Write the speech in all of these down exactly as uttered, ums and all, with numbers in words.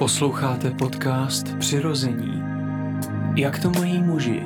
Posloucháte podcast Přirození. Jak to mají muži?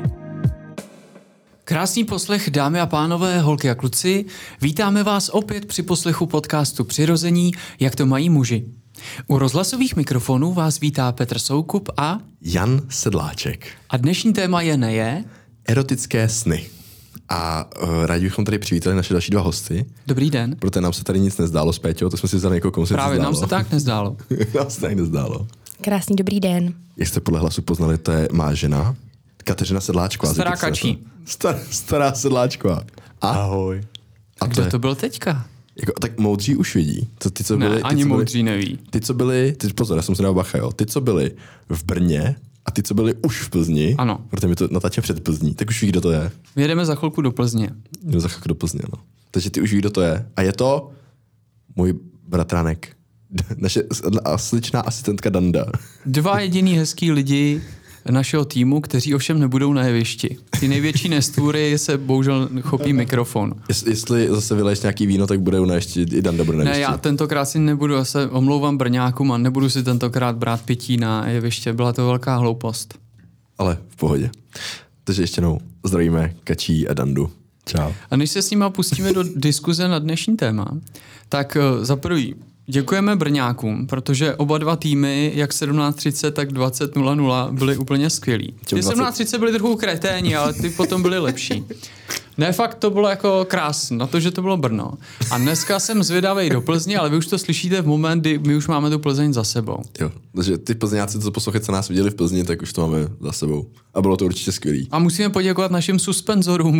Krásný poslech, dámy a pánové, holky a kluci. Vítáme vás opět při poslechu podcastu Přirození. Jak to mají muži? U rozhlasových mikrofonů vás vítá Petr Soukup a Jan Sedláček. A dnešní téma je neje erotické sny. A uh, rádi bychom tady přivítali naše další dva hosty. Dobrý den. Protože nám se tady nic nezdálo s Péťou, to jsme si vzali někoho, komu se Právě nezdálo. nám se tak nezdálo. Nám se tak nezdálo. Krásný dobrý den. Jak jste podle hlasu poznali, to je má žena, Kateřina Sedláčková. Stará kačí. Star, stará Sedláčková. A? Ahoj. A kdo to byl teďka? Jako, tak moudří už vidí. To, ty, co ne, byli, ty, ani co byli, moudří neví. Ty, co byli, ty, pozor, já jsem se dal bacha, jo. Ty, co byli v Brně a ty, co byli už v Plzni, ano. Protože my to natáčíme před Plzní, tak už ví, kdo to je. My jedeme za chvilku do Plzně. Jdeme za chvilku do Plzně, no. Takže ty už ví, kdo to je. A je to můj bratránek. Naše sličná asistentka Danda. Dva jediný hezký lidi našeho týmu, kteří ovšem nebudou na jevišti. Ty největší nestvůry se bohužel chopí mikrofon. Jest, jestli zase vyleješ nějaký víno, tak bude na ještě i Danda bude na Ne, jevišti. já tentokrát si nebudu, já se omlouvám Brňákům a nebudu si tentokrát brát pití na jeviště. Byla to velká hloupost. Ale v pohodě. Takže ještě jednou zdravíme Kačí a Dandu. Čau. A než se s nima pustíme do diskuze na dnešní téma, tak za prvý děkujeme Brňákům, protože oba dva týmy, jak sedmnáct třicet, tak dvacet nula nula, byly úplně skvělí. Ty sedmnáct třicet byly trochu kreténi, ale ty potom byly lepší. Ne, fakt to bylo jako krásné, na to, že to bylo Brno. A dneska jsem zvědavej do Plzně, ale vy už to slyšíte v moment, kdy my už máme tu Plzeň za sebou. Jo, takže ty Plzňáci, co poslouchají, co nás viděli v Plzni, tak už to máme za sebou. A bylo to určitě skvělý. A musíme poděkovat našim suspenzorům,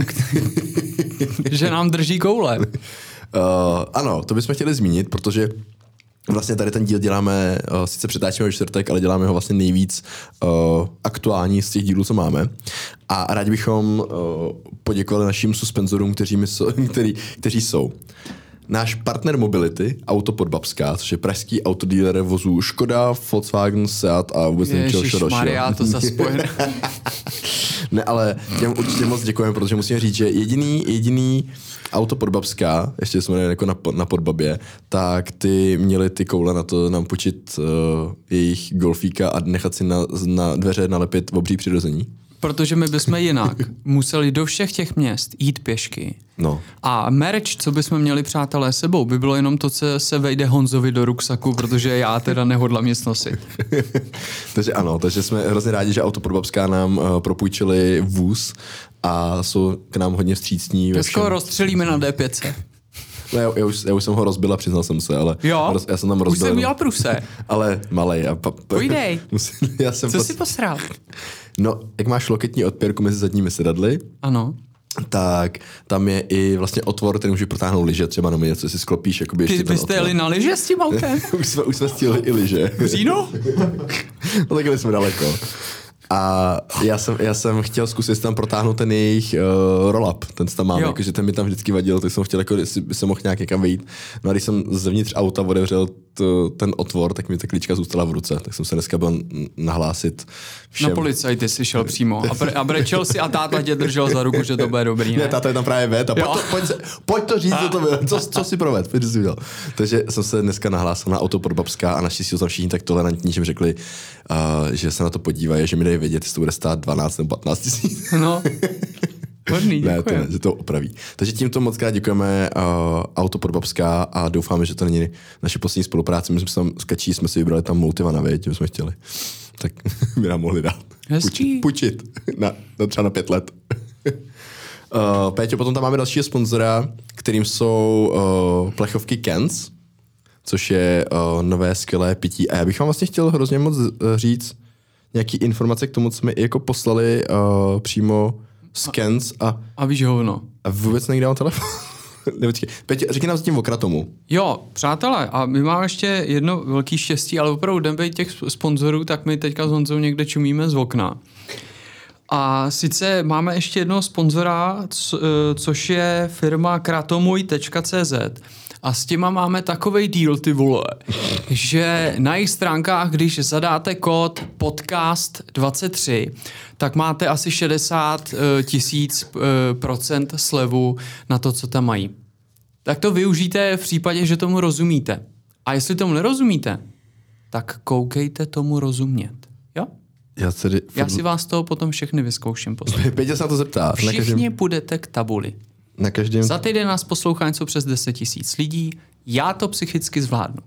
že nám drží koule. Uh, ano, to bychom chtěli zmínit, protože vlastně tady ten díl děláme, uh, sice přetáčíme ve čtvrtek, ale děláme ho vlastně nejvíc uh, aktuální z těch dílů, co máme. A rádi bychom uh, poděkovali našim suspenzorům, kteří, jsou, který, kteří jsou náš partner mobility, Auto Podbabská, což je pražský autodíler vozů Škoda, Volkswagen, Seat a vůbec nevím, čeho dalšího. Ježišmarja, to zase spojené. Ne, ale těm určitě moc děkujeme, protože musíme říct, že jediný, jediný Auto Podbabská, ještě jsme jako na, na Podbabě, tak ty měli ty koule na to nám počít uh, jejich golfíka a nechat si na, na dveře nalepit obří přirození. Protože my bychom jinak museli do všech těch měst jít pěšky. No. A merch, co bychom měli přátelé sebou, by bylo jenom to, co se vejde Honzovi do ruksaku, protože já teda nehodlám nic nosit. Takže ano, takže jsme hrozně rádi, že Auto Podbabská nám uh, propůjčili vůz a jsou k nám hodně vstřícní. Dneska ho rozstřelíme na D pět. No, já, já, už, já už jsem ho rozbil a přiznal jsem se, ale jo? roz, já jsem tam rozbil. Už jsem udělal pruse. Ale malej. A pa, pa, Pojdej. Musím, já jsem Co pos... jsi posral? No, jak máš loketní odpěrku mezi zadními sedadly, ano. Tak tam je i vlastně otvor, který může protáhnout lyže, třeba no něco, si sklopíš. Jakoby Ty byste jeli na lyže s tím autem? už jsme, už jsme stihli i lyže. V říjnu? No tak jsme daleko. A já jsem, já jsem chtěl zkusit tam protáhnout ten jejich uh, roll-up, ten tam mám, jakože ten mi tam vždycky vadil, tak jsem chtěl, jako, jestli by se mohl nějak někam vejít. No a když jsem zevnitř auta otevřel t, ten otvor, tak mi ta klíčka zůstala v ruce, tak jsem se dneska byl nahlásit všem. Na policajty jsi šel přímo a, bre, a brečel si a táta tě držel za ruku, že to bude dobrý, ne? Ne, táta je tam právě vet a pojď to, pojď, se, pojď to říct, co to bylo, co, co si proved, pojď si udělal. Takže jsem se dneska nahlásil na Auto Podbabská a naštěstí jsou tam všichni tak tolerantní, že mi řekli, uh, že se na to podívají, že mi dají vědět, jestli to bude stát dvanáct nebo patnáct tisíc. No, hodný, ne, to ne, že to opraví. Takže tímto moc krát děkujeme uh, Auto Podbabská a doufáme, že to není naše poslední spolupráce. My jsme tam s Kačí, jsme si vybrali tam Multivana, věď, jsme chtěli. Tak by nám mohli dát. Hezčí. Půjčit. Na, na třeba na pět let. uh, Péťo, potom tam máme dalšího sponzora, kterým jsou uh, plechovky Kens, což je uh, nové skvělé pití. A já bych vám vlastně chtěl hrozně moc uh, říct nějaký informace k tomu, co mi jako poslali uh, přímo z Kens a... A víš hovno. A vůbec nejde o telefon. Nepočkej. Peťo, řekni nám zatím o Kratomu. Jo, přátelé, a my máme ještě jedno velký štěstí, ale opravdu jdeme těch sponzorů, tak my teďka s Honzou někde čumíme z okna. A sice máme ještě jednoho sponzora, co, což je firma kratomuj tečka cé zet. A s těma máme takovej deal, ty vole, že na jejich stránkách, když zadáte kód podcast dvacet tři, tak máte asi šedesát tisíc procent slevu na to, co tam mají. Tak to využijte v případě, že tomu rozumíte. A jestli tomu nerozumíte, tak koukejte tomu rozumět. Jo? Já, tedy, Já si vás toho potom všechny vyzkouším. Pětě se na to zeptá. Všichni každém... půjdete k tabuli. Na každém... Za týden nás poslouchá něco přes deset tisíc lidí. Já to psychicky zvládnu.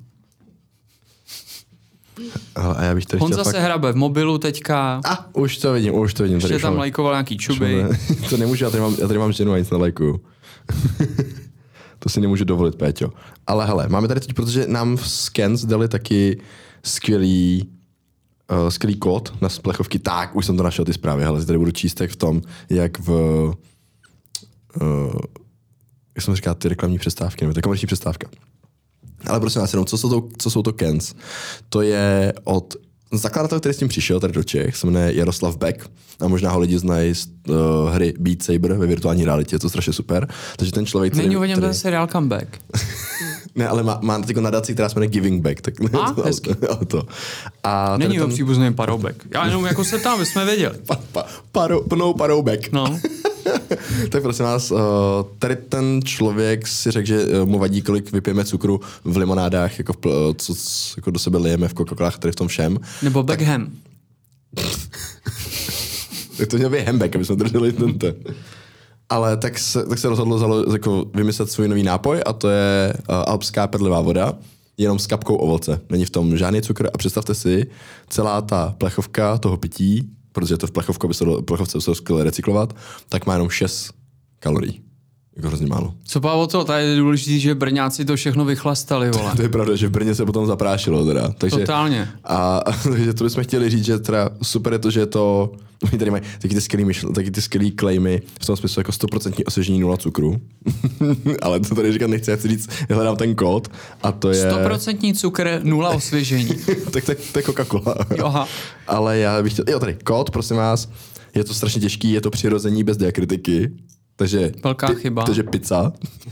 A já bych tady Honza fakt... se hrabe v mobilu teďka. A, ah, už to vidím, už to vidím. Ještě tady tam šlo. lajkoval nějaký čuby. To nemůžu, já tady mám, já tady mám ženu a nic nelajkuju. To si nemůžu dovolit, Péťo. Ale hele, máme tady teď, protože nám v Scans dali taky skvělý, uh, skvělý kód na plechovky. Tak, už jsem to našel, ty zprávy. Hele, tady budu číst tak v tom, jak v... Uh, jak jsem říkal, ty reklamní přestávky, nebo ta komerční přestávka. Ale prosím vás jenom, co jsou to, co jsou to Cans? To je od zakladatel, který s tím přišel tady do Čech, se jmenuje Jaroslav Beck a možná ho lidi znají z uh, hry Beat Saber ve virtuální realitě, je to strašně super. Takže ten člověk... Není o něm který... ten seriál Comeback. Ne, ale má, má takovou nadaci, která se jmenuje Giving Back. Tak A, to, hezky. to, to. A Není ten... o příbuzném Paroubek. Já jenom jako se tam, jsme věděli. Pa, pa, paro, no Paroubek. No. Tak prosím vás, tady ten člověk si řekl, že mu vadí, kolik vypijeme cukru v limonádách, jako, v, co jako do sebe lijeme v Coca-Colách, tady v tom všem. Nebo Beckham. Tak to měl být Hembek, aby jsme drželi ten ten. Ale tak se, tak se rozhodl zalo, jako vymyslet svůj nový nápoj a to je uh, alpská perlivá voda, jenom s kapkou ovoce. Není v tom žádný cukr a představte si, celá ta plechovka toho pití, protože to v plechovku, aby se do, plechovce se skvěle recyklovat, tak má jenom šest kalorií. Jako hrozně málo. Co pa o to? Tady je důležité, že Brňáci to všechno vychlastali, vole. To, to je pravda, že v Brně se potom zaprášilo teda. Takže, Totálně. A, a takže to bychom chtěli říct, že teda super je to, že je to, oni tady mají taky ty skvělý, myšl, taky ty skvělý claimy, v tom smyslu jako sto procent osvěžení nula cukru. Ale to tady říkat nechci, já chci říct, já hledám ten kód a to je... sto procent cukr, nula osvěžení. tak, tak to je Coca-Cola. Aha. Ale já bych chtěl, jo tady, kód, prosím vás, je to strašně těžký, je to přirození bez diakritiky. Takže... Velká pi, chyba. Takže pizza.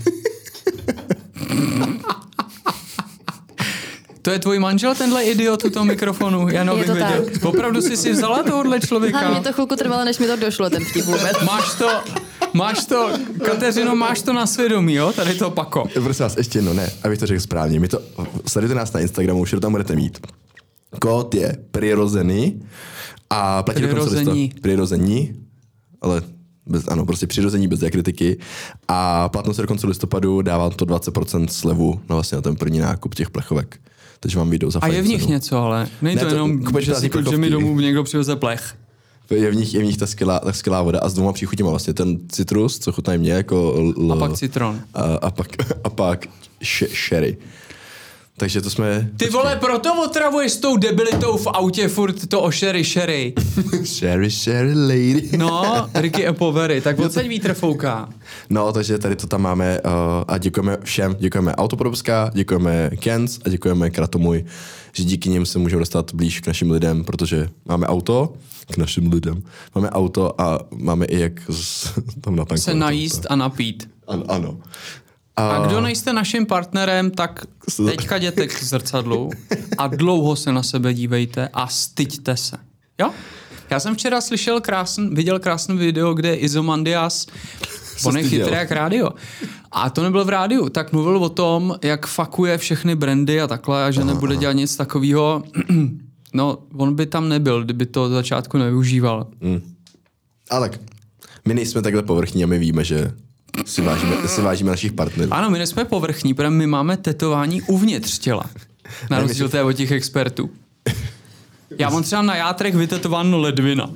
To je tvůj manžel, tenhle idiot u toho mikrofonu? Já bych věděl. Tak. Opravdu jsi si vzala tohohle člověka? Ale mě to chvilku trvalo, než mi to došlo, ten vtip vůbec. Máš to, máš to, Kateřino, máš to na svědomí, jo? Tady to pako. Prosím vás, ještě jedno, ne, abych to řekl správně. My to, sledujte nás na Instagramu, už to tam budete mít. Kód je přirozený a platí Přirození. Přirození, ale bez, ano, prostě přirození bez diakritiky a platnost do konce listopadu dává to dvacet procent slevu na vlastně na ten první nákup těch plechovek. Takže vám vyjdou za A je v nich cenu. něco, ale není Ne, to, to- jenom, kupuješ že prázdný si že mi plechovky. domů někdo přiveze plech. Je v nich, je v nich ta skvělá, ta skvělá voda a s dvěma příchutěma vlastně. Ten citrus, co chutná mě jako... L, A pak citron. A, a pak, a pak š, sherry. Takže to jsme... Ty vole, proto otravuješ s tou debilitou v autě furt to o sherry sherry. Sherry, sherry lady. No, Ricky Epovery, tak odsaď vítr fouká. No, takže tady to tam máme uh, a děkujeme všem. Děkujeme Autoprodovská, děkujeme Cans a děkujeme Kratomuj, že díky nim se můžeme dostat blíž k našim lidem, protože máme auto, k našim lidem. Máme auto a máme i jak z, tam natankovat. Se najíst a napít. Ano, ano. A kdo nejste naším partnerem, tak teďka jděte k zrcadlu a dlouho se na sebe dívejte a styďte se. Jo? Já jsem včera slyšel krásn, viděl krásný video, kde je Izomandias, on je chytrý jak rádio. A to nebyl v rádiu, tak mluvil o tom, jak fakuje všechny brandy a takhle a že nebude dělat nic takového. No, on by tam nebyl, kdyby to od začátku nevyužíval. Mm. Ale tak, my nejsme takhle povrchní a my víme, že si vážíme, si vážíme našich partnerů. Ano, my nejsme povrchní, protože my máme tetování uvnitř těla. Na rozdíl té od těch expertů. Já mám třeba na játrech vytetováno Ledvina.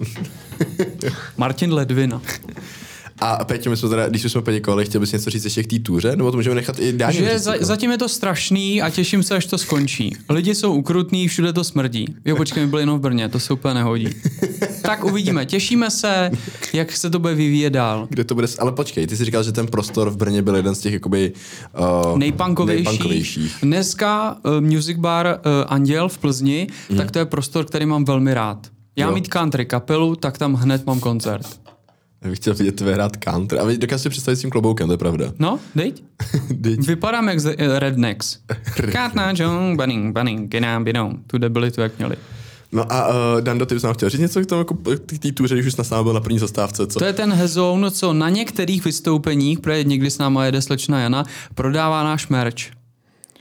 Martin Ledvina. A Peťo, my jsme teda, když jsme poděkovali, chtěl bys něco říct ještě k té túře? Nebo to můžeme nechat i dál? Že za, zatím je to strašný a těším se, až to skončí. Lidi jsou ukrutní, všude to smrdí. Jo, počkej, my byli jenom v Brně, to se úplně nehodí. Tak uvidíme, těšíme se, jak se to bude vyvíjet dál. Kde to bude, ale počkej, ty jsi říkal, že ten prostor v Brně byl jeden z těch jakoby uh, nejpunkovějších. nejpunkovějších. Dneska uh, Music Bar uh, Anděl v Plzni, mm. tak to je prostor, který mám velmi rád. Já Jo. mít country kapelu, tak tam hned mám koncert. Já bych chtěl vidět tvé hrát country. A dokážu si představit s tím kloboukem, to je pravda. No, dejď. Deď. Vypadám jak z, uh, Rednecks. Kátna, John, Bunning, Bunning, Ginám, Binou. Tu debilitu, jak měli. No a uh, Dando, ty bys nám chtěl říct něco k tomu, jako k té túře, když už s námi byl na první zastávce, co? To je ten hezoun, co na některých vystoupeních, protože někdy s náma jede slečna Jana, prodává náš merch.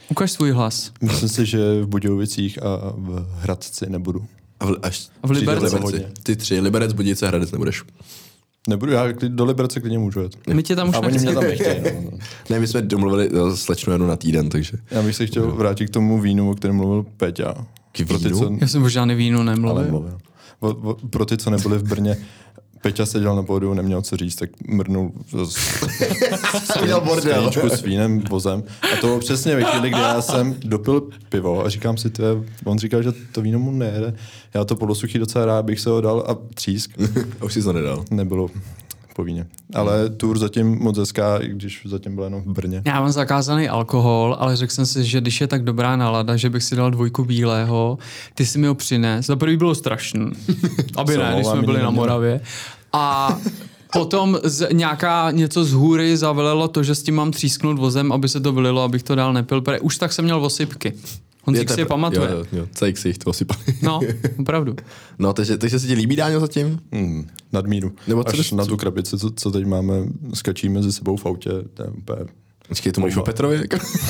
Ukaž svůj hlas. Myslím si, že v Budějovicích a v Hradci nebudu. A v, až A v Liberci? přijde Liberci. Ty tři, Liberec, Budějice, Hradec nebudeš. Nebudu, já do Liberce klidně můžu jet. My tě tam už A oni mě tam nechtějí. nechtějí. No, no. Ne, my jsme domluvili uh, slečnu jenom na týden, takže... Já bych se chtěl vrátit k tomu vínu, o kterém mluvil Peťa. K Pro ty, vínu? co, Já jsem o žádný vínu ale nemluvil. mluvil. O, o, pro ty, co nebyli v Brně, Peťa seděl na pódiu, neměl co říct, tak mrnul Měl bordel. skleničku s vínem vozem. A to bylo přesně ve chvíli, kdy já jsem dopil pivo a říkám si, tyhle, on říkal, že to víno mu nejede. Já to polosuchý docela rád bych se ho dal a třísk. A už si to nedal. Nebylo po víně. Ale tour zatím moc hezká, i když zatím byla jenom v Brně. Já mám zakázaný alkohol, ale řekl jsem si, že když je tak dobrá nálada, že bych si dal dvojku bílého, ty si mi ho přines. Za prvý bylo strašný, aby Co, ne, když jsme ale byli mě na nemělo. Moravě. A potom z, nějaká něco z hůry zavelelo to, že s tím mám třísknout vozem, aby se to vylilo, abych to dál nepil. Protože už tak jsem měl osypky. Honzík si je pamatuje. Jo, jo, jo. Cejk si jich to osypali. No, opravdu. No, takže, takže se ti líbí, Dáňo, zatím? Hmm, nadmíru. Nebo co Až bys- na tu krabici, co, co teď máme, skačíme mezi sebou v autě, to je úplně... Počkej, to mluvíš o Petrovi?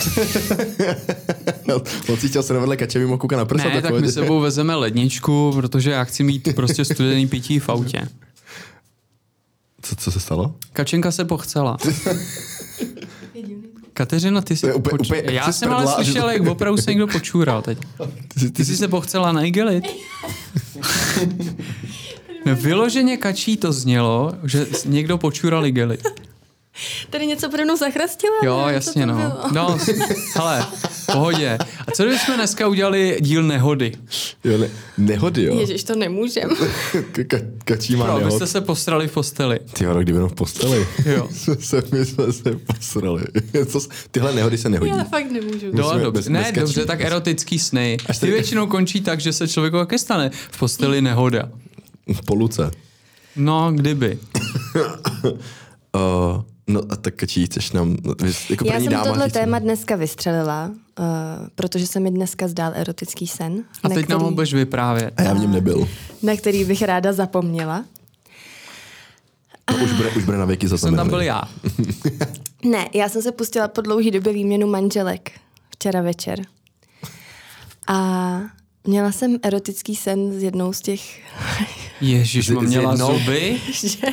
On si chtěl se vedle kače mimo kouka na prsa. Ne, tak my sebou vezeme ledničku, protože já chci mít prostě studený pití v autě. Co, co se stalo? Kačenka se pochcela. Kateřino, ty jsi... To je úplně- poč... úplně- Já jsi jsem ale sprdla, že slyšel, to- jak opravdu se někdo počůral teď. Ty, jsi- Ty jsi se pochcela na igelit? No, vyloženě kačí to znělo, že někdo počůral igelit. Tady něco pro mnou zachrastila? Jo, Ne, jasně, co to no. bylo? No, hele, pohodě. A co kdybychom dneska udělali díl nehody? Jo, ne, nehody, jo. Ježiš, to nemůžem. Ka- ka- kačí má Pro, nehod. abyste se postrali v posteli. Ty jo, kdyby jenom v posteli. Jo. Jsme se, my jsme se posrali. Co s- Tyhle nehody se nehodí. Já fakt nemůžu. No, Musíme dobře. bez- Ne, bez dobře, kačí. tak erotický sny. Ty tady- většinou končí tak, že se člověku také stane v posteli nehoda. V poluce. No, kdyby. Uh, no a tak kačí, chceš nám... vy- Jako Já první jsem dáma, tohle říct- téma dneska vystřelila, uh, protože se mi dneska zdál erotický sen, A na, teď nám ho který, budeš vyprávět. A já v něm nebyl. na který bych ráda zapomněla. No, už bude, už bude na věky Jsem tam zaznamenaný. byl já. Ne, já jsem se pustila po dlouhý době výměnu manželek včera večer. A měla jsem erotický sen s jednou z těch Ježíš, Z- mám z měla jednou? zuby žen,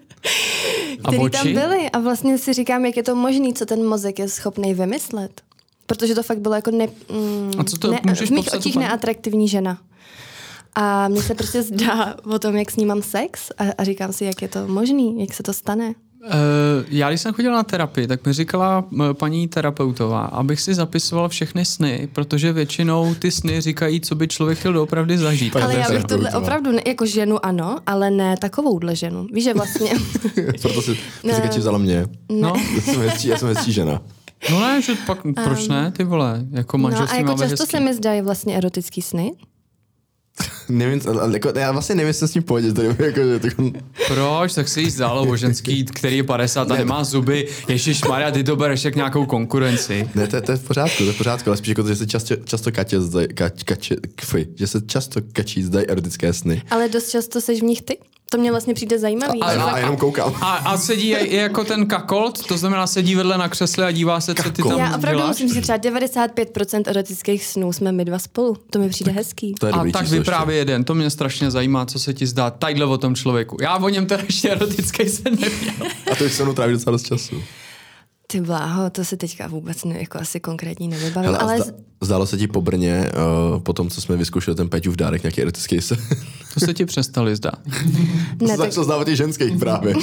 a který oči. tam byly. A vlastně si říkám, jak je to možný, co ten mozek je schopný vymyslet. Protože to fakt bylo jako ne, mm, A co to ne, můžeš v mých popsat očích úplně? neatraktivní žena. A mně se prostě zdá o tom, jak s ní mám sex a, a říkám si, jak je to možný, jak se to stane. Uh, já když jsem chodil na terapii, tak mi říkala m, paní terapeutová, abych si zapisoval všechny sny, protože většinou ty sny říkají, co by člověk chtěl doopravdy zažít. Ale to je já bych tohle terapeutová. opravdu, ne, jako ženu ano, ale ne takovouhle ženu. Víš, že vlastně... Proto si, Ne. si kačí vzala mě. No, Já jsem hezčí, já jsem hezčí žena. no ne, že pak, proč ne, ty vole, jako No manželství a jako máme často hezký. se mi zdají vlastně erotický sny. Nevím, ale jako, já vlastně nevím, jestli s tím pohodě. Tady, jako, že, tak, Proč? Tak se jí zdálo o ženský, který je padesát a nemá zuby. Ježišmarja, ty to bereš jak nějakou konkurenci. ne, to, je- to, je v pořádku, to je v pořádku, ale spíš jako, že se často, často kače zdají, kač, kače, kfy, že se často kačí zdají erotické sny. Ale dost často seš v nich ty. To mě vlastně přijde zajímavý. A, že já, fakt- a jenom koukám. A, a sedí je, je jako ten kakolt, to znamená sedí vedle na křesle a dívá se, co ty Kakolt. tam Já opravdu děláš. myslím, že třeba devadesát pět procent erotických snů jsme my dva spolu. To mi přijde hezký. To je A dobrý tak číslo vyprávěj jeden, to mě strašně zajímá, co se ti zdá tadyhle o tom člověku. Já o něm teda ještě erotický sen neměl. ještě. A to už se mnou tráví docela dost času. Ty bláho, to se teďka vůbec ne, jako asi konkrétní nevybavím. Hele, Ale ale... z- zdálo se ti po Brně, uh, po tom, co jsme vyzkoušeli ten Peťův dárek, nějaký erotický sen? To se ti přestali zdát. ne, Ne, tak, tak... to zdávat těch ženských právě.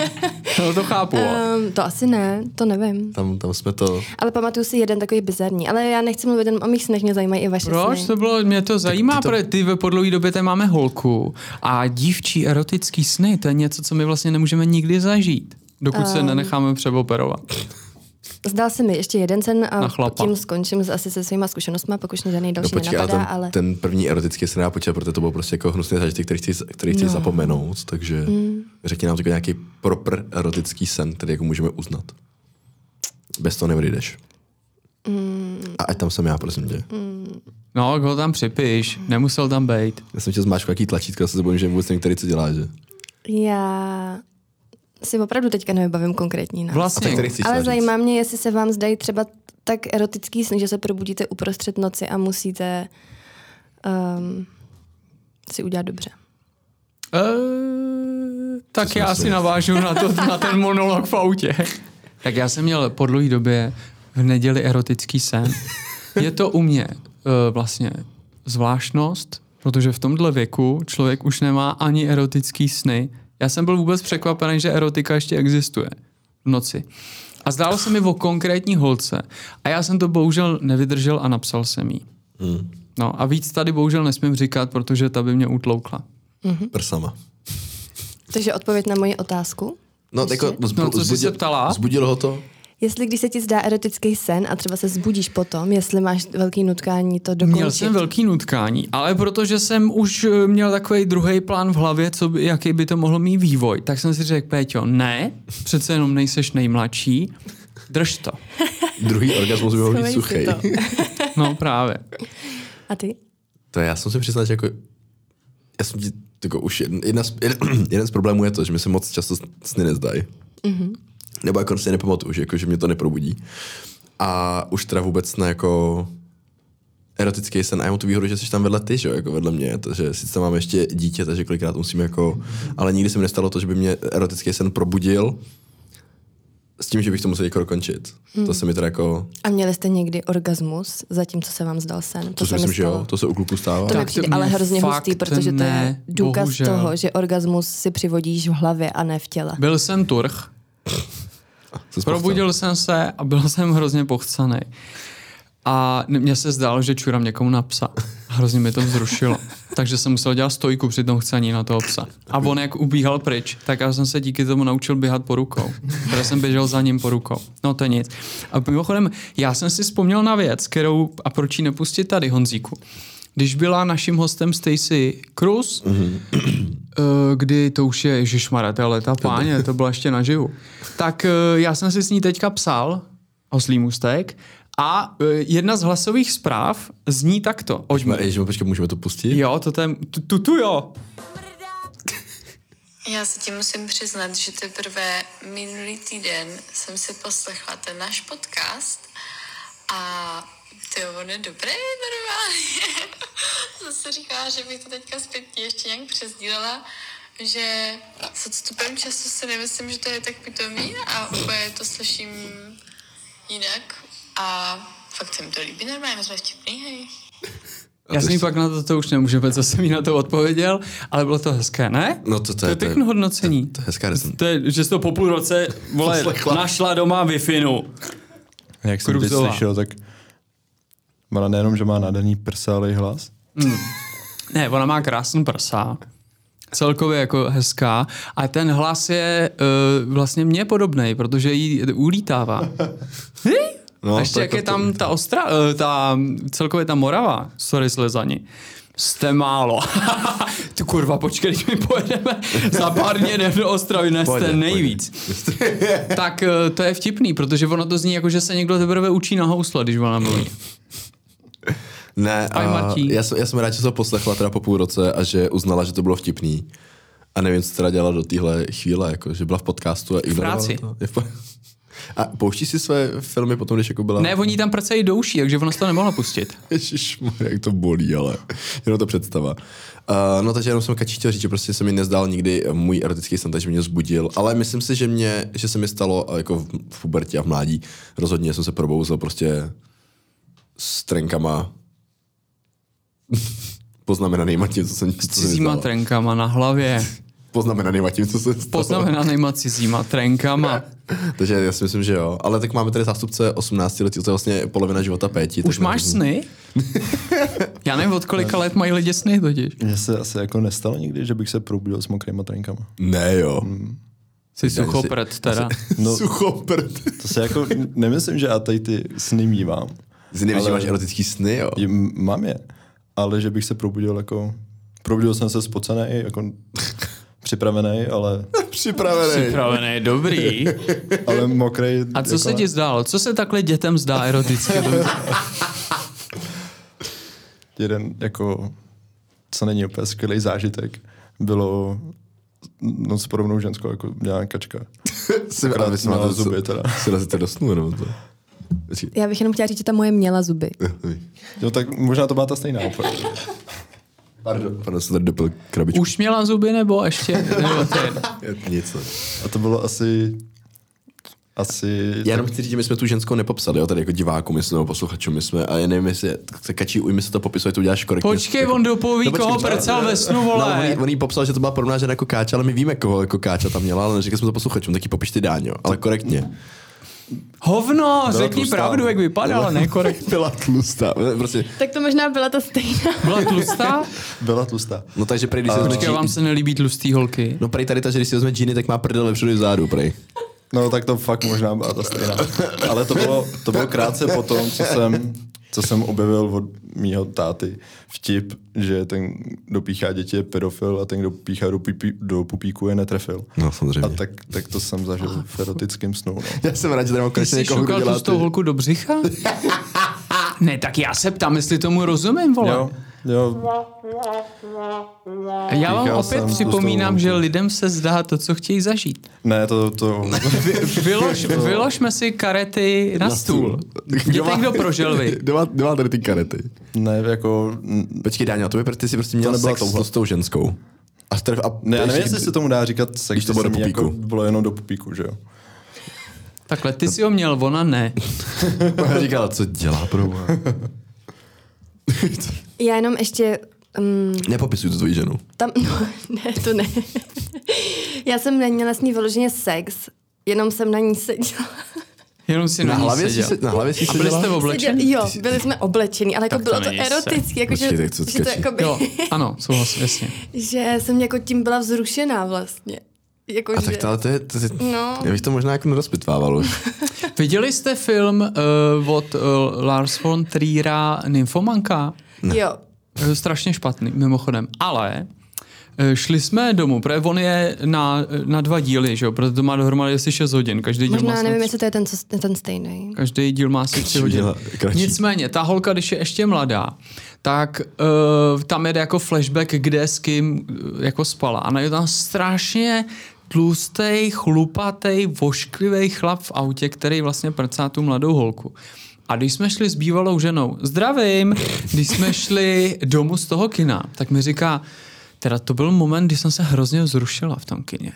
No to chápu. ale- um, to asi ne, to nevím. Tam, tam jsme to... Ale pamatuju si jeden takový bizarní. Ale já nechci mluvit jen o mých snech, mě zajímají i vaše Proč? sny. To bylo, mě to zajímá, ty to- protože ty po dlouhé době tady máme holku a dívčí erotický sny, to je něco, co my vlastně nemůžeme nikdy zažít, dokud se nenecháme přeoperovat. Zdál se mi ještě jeden sen Na a chlapa. tím skončím s- asi se svýma zkušenostmi, pokud mě žádný No další počkej, ale nenapadá, ten, ale... ten první erotický sen já počítal, protože to byl prostě jako hnusný zážitek, který chci, který chci no. zapomenout, takže mm. řekni nám takový nějaký proper erotický sen, který jako můžeme uznat. Bez toho nevyjdeš. Mm. A ať tam jsem já, prosím tě. Mm. No, ho tam připiš, nemusel tam být. Já jsem tě zmáčkal jaký tlačítko, já se bojím, že vůbec nevím, který co dělá, že? Já si opravdu teďka nevybavím konkrétní název. Vlastně, A tak který chceš Ale říct? zajímá mě, jestli se vám zdají třeba tak erotický sny, že se probudíte uprostřed noci a musíte um, si udělat dobře. Uh, tak já si navážu na, to, na ten monolog v autě. Tak já jsem měl po dlouhé době v neděli erotický sen. Je to u mě uh, vlastně zvláštnost, protože v tomhle věku člověk už nemá ani erotický sny. Já jsem byl vůbec překvapený, že erotika ještě existuje v noci. A zdálo se mi o konkrétní holce. A já jsem to bohužel nevydržel a napsal jsem jí. Hmm. No a víc tady bohužel nesmím říkat, protože ta by mě utloukla. Mm-hmm. Prsama. Takže odpověď na moji otázku? No, jako, zbu- no co jsi zbudil, se ptala? Zbudilo ho to? Jestli když se ti zdá erotický sen a třeba se zbudíš potom, jestli máš velký nutkání to dokončit. Měl jsem velký nutkání, ale protože jsem už měl takový druhý plán v hlavě, co by, jaký by to mohlo mít vývoj, tak jsem si řekl, Péťo, ne, přece jenom nejseš nejmladší, drž to. Druhý orgasmus by mohl být suchej. No právě. A ty? To já jsem si přiznal, že jako já jsem ti, jako už jedna z, jeden, jeden z problémů je to, že mi se moc často sny nezdají. Mm-hmm. Nebo jako si nepamatuju, že, jako, že mě to neprobudí. A už teda vůbec na jako erotický sen. A já mám tu výhodu, že jsi tam vedle ty, že? Jako vedle mě. Takže sice tam máme ještě dítě, takže kolikrát musím jako... Ale nikdy se mi nestalo to, že by mě erotický sen probudil s tím, že bych to musel jako dokončit. Hmm. To se mi teda jako... A měli jste někdy orgasmus, zatímco se vám zdal sen? To, to si myslím, že jo. To se u kluků stává. To mi přijde ale hrozně hustý, protože ne, to je důkaz bohužel. toho, že orgasmus si přivodíš v hlavě a ne v těle. Byl jsem turch. Probudil jsem se a byl jsem hrozně pochcanej. A mně se zdálo, že čurám někomu na psa. Hrozně mi to vzrušilo. Takže jsem musel dělat stojku při tom chcaní na toho psa. A on jak ubíhal pryč, tak já jsem se díky tomu naučil běhat po rukou. Protože jsem běžel za ním po rukou. No to je nic. A mimochodem, já jsem si vzpomněl na věc, kterou, a proč ji nepustit tady, Honzíku. Když byla naším hostem Stacy Cruz, mm-hmm. kdy to už je, ježišmarja, to je leta páně, to bylo ještě naživu, tak já jsem si s ní teďka psal, oslý můstek, a jedna z hlasových zpráv zní takto. Ježišmarja, počkej, můžeme to pustit? Jo, to je, tu, tu, tu jo. Já se ti musím přiznat, že teprve minulý týden jsem si poslechla ten náš podcast a ty on je dobrý normálně. Zase říká, že bych to teďka zpětně ještě nějak přesdílela, že s odstupem času si nemyslím, že to je tak pitomý a úplně to slyším jinak a fakt se mi to líbí normálně, my jsme vtipný, hej. Já jsem jí pak na to, to už nemůžu, co jsem jí na to odpověděl, ale bylo to hezké, ne? No to, to, to je pěkné hodnocení. To, to je hezká rezen. To je, že jsi to po půl roce, vole, našla doma Wi-Fi. Jak jsem teď slyšel, tak ona nejenom, že má nadaný prsa, ale i hlas. Mm. Ne, ona má krásný prsa. Celkově jako hezká. A ten hlas je uh, vlastně mně podobnej, protože jí ulítává. No, a ještě jak je tam ta ostra, uh, ta, celkově ta Morava, sorry slezani, jste málo. Ty kurva, počkej, když my pojedeme za pár dní do Ostravy, ne, jste nejvíc. Tak uh, to je vtipný, protože ono to zní jako, že se někdo teprve učí na housle, když ona mluví. Ne, a já, jsem, já jsem rád, že to poslechla teda po půl roce a že uznala, že to bylo vtipný. A nevím, co teda dělala do téhle chvíle, jako, že byla v podcastu a ignorovala to. Po... A pouští si své filmy potom, když jako byla... Ne, oni tam pracují do uší, takže ona se to nemohla pustit. Ježišmarja, jak to bolí, ale jenom to představa. Uh, no takže jenom jsem Kači chtěl říct, že prostě se mi nezdál nikdy můj erotický sen, takže mě zbudil, ale myslím si, že mě, že se mi stalo jako v, v pubertě a v mládí, rozhodně jsem se probouzel prostě s trenkama poznamenanýma tím, co jsem... S cizíma trenkama na hlavě. Poznamenanýma tím, co jsem... Poznamenanýma cizíma trenkama. Takže já si myslím, že jo. Ale tak máme tady zástupce osmnácti letí, to je vlastně polovina života Péti. Už máš nevím. Sny? Já nevím, od kolika let mají lidi sny totiž. Mně se asi jako nestalo nikdy, že bych se probudil s mokrýma trenkama. Ne jo. Hmm. Jsi suchoprt teda. No, suchoprt. To se jako, nemyslím, že já tady ty sny mívám. Jsi nevím, že máš erotický sny, jo? Je, mám je. Ale že bych se probudil jako... Probudil jsem se spocený, jako připravený, ale... Připravený. Připravený, dobrý. Ale mokrej... A co jako... se ti zdálo? Co se takhle dětem zdá eroticky? Jeden jako... Co není úplně skvělý zážitek, bylo noc s podobnou ženskou, jako měla Kačka. Jsem rád, že měla zuby teda. Si razíte do snu, nebo to? Já bych jenom chtěla říct, že ta moje měla zuby. Jo, tak možná to byla ta stejná opravdu. Pardon, pardon, jsem tady dopil krabičku. Už měla zuby nebo ještě? Nebo ten? Nic. A to bylo asi... Asi... Já jenom chci říct, že my jsme tu ženskou nepopsali, jo, tady jako diváku, my jsme, nebo posluchačům, my jsme, a já nevím, jestli se Kačí, ujmi se to popisuje, to uděláš korektně. Počkej, on dopoví, No, počkej, koho počkej, prcal ve snu, No, vole. on, on jí popsal, že to byla podobná žena jako Káča, ale my víme, koho jako Káča tam měla, ale neříkali jsme to posluchačům, taky popiš ty Dáňo, ale korektně. Hovno, Byla řekni tlustá. pravdu, jak vypadala, ne korektně. Byla tlustá, prostě. Tak to možná byla ta stejná. Byla tlustá? Byla tlustá. No takže prej, když se vezme Počkej, vám se nelíbí tlustý holky. No prej tady ta, že když si vezme džíny, tak má prdel vepředu i vzadu, prej. No tak to fakt možná byla ta stejná. Ale to bylo, to bylo krátce po tom, co jsem, co jsem objevil od mýho táty vtip, že ten, kdo píchá děti, je pedofil a ten, kdo píchá do, pipí, do pupíku, je netrefil. No samozřejmě. A tak, tak to jsem zažil v erotickém snu. No. Já jsem rád, že tady mám Ty konečně jsi někoho, kdo šukal dělá tlustou ty. holku do břicha? Ne, tak já se ptám, jestli tomu rozumím, vole. Jo, jo. Já vám Píchal opět jsem připomínám, tlustou že holku. lidem se zdá to, co chtějí zažít. Ne, to... to Vylož, vyložme si karety na, Na stůl. stůl. Jděte, kdo prožil vy. Kdo má, kdo má tady ty karety? ne, jako... Počkej, Dáňo, to by ty si prostě měl nebyla sex touha. s tou ženskou. A, strf, a Ne, já nevím, ještě- jestli se tomu dá říkat sex, Když to bylo do jsem jí pupíku. Jako, bylo jenom do pupíku, že jo. Takhle, ty si ho měl, ona ne. Ona říkala, co dělá pro mě. Já jenom ještě... Um, Nepopisuj to tvoji ženu. tam, no, ne, to ne. Já jsem neměla s ní vyloženě sex, jenom jsem na ní seděla. Jenom si Na na, ní hlavě si seděl. se, na hlavě si A byli seděla? jste oblečení? Jo, byli jsme oblečení, ale jako Tak to bylo to není eroticky, jako Počkej, že, tak co že to skačí? jako by, Jo, ano, souhlas, jasně. že jsem jako tím byla vzrušená vlastně. Jako, A že, tak to, ale to je, to je No. já bych to možná jako nerozpitvával už. Viděli jste film uh, od uh, Lars von Trier'a Nymfomanka? jo. Je strašně špatný, mimochodem. Ale eh, šli jsme domů, protože on je na, na dva díly, že jo? Protože to má dohromady asi šest hodin. Každý díl má Možná snad- nevím, jestli to je ten, co, ten stejný. Každý díl má asi tři hodiny. díl kratší. Nicméně, ta holka, když je ještě mladá, tak uh, tam jede jako flashback, kde s kým uh, jako spala. A je tam strašně tlustej, chlupatej, vošklivý chlap v autě, který vlastně prcá tu mladou holku. A když jsme šli s bývalou ženou, zdravím, když jsme šli domů z toho kina, tak mi říká, teda to byl moment, kdy jsem se hrozně vzrušila v tom kině.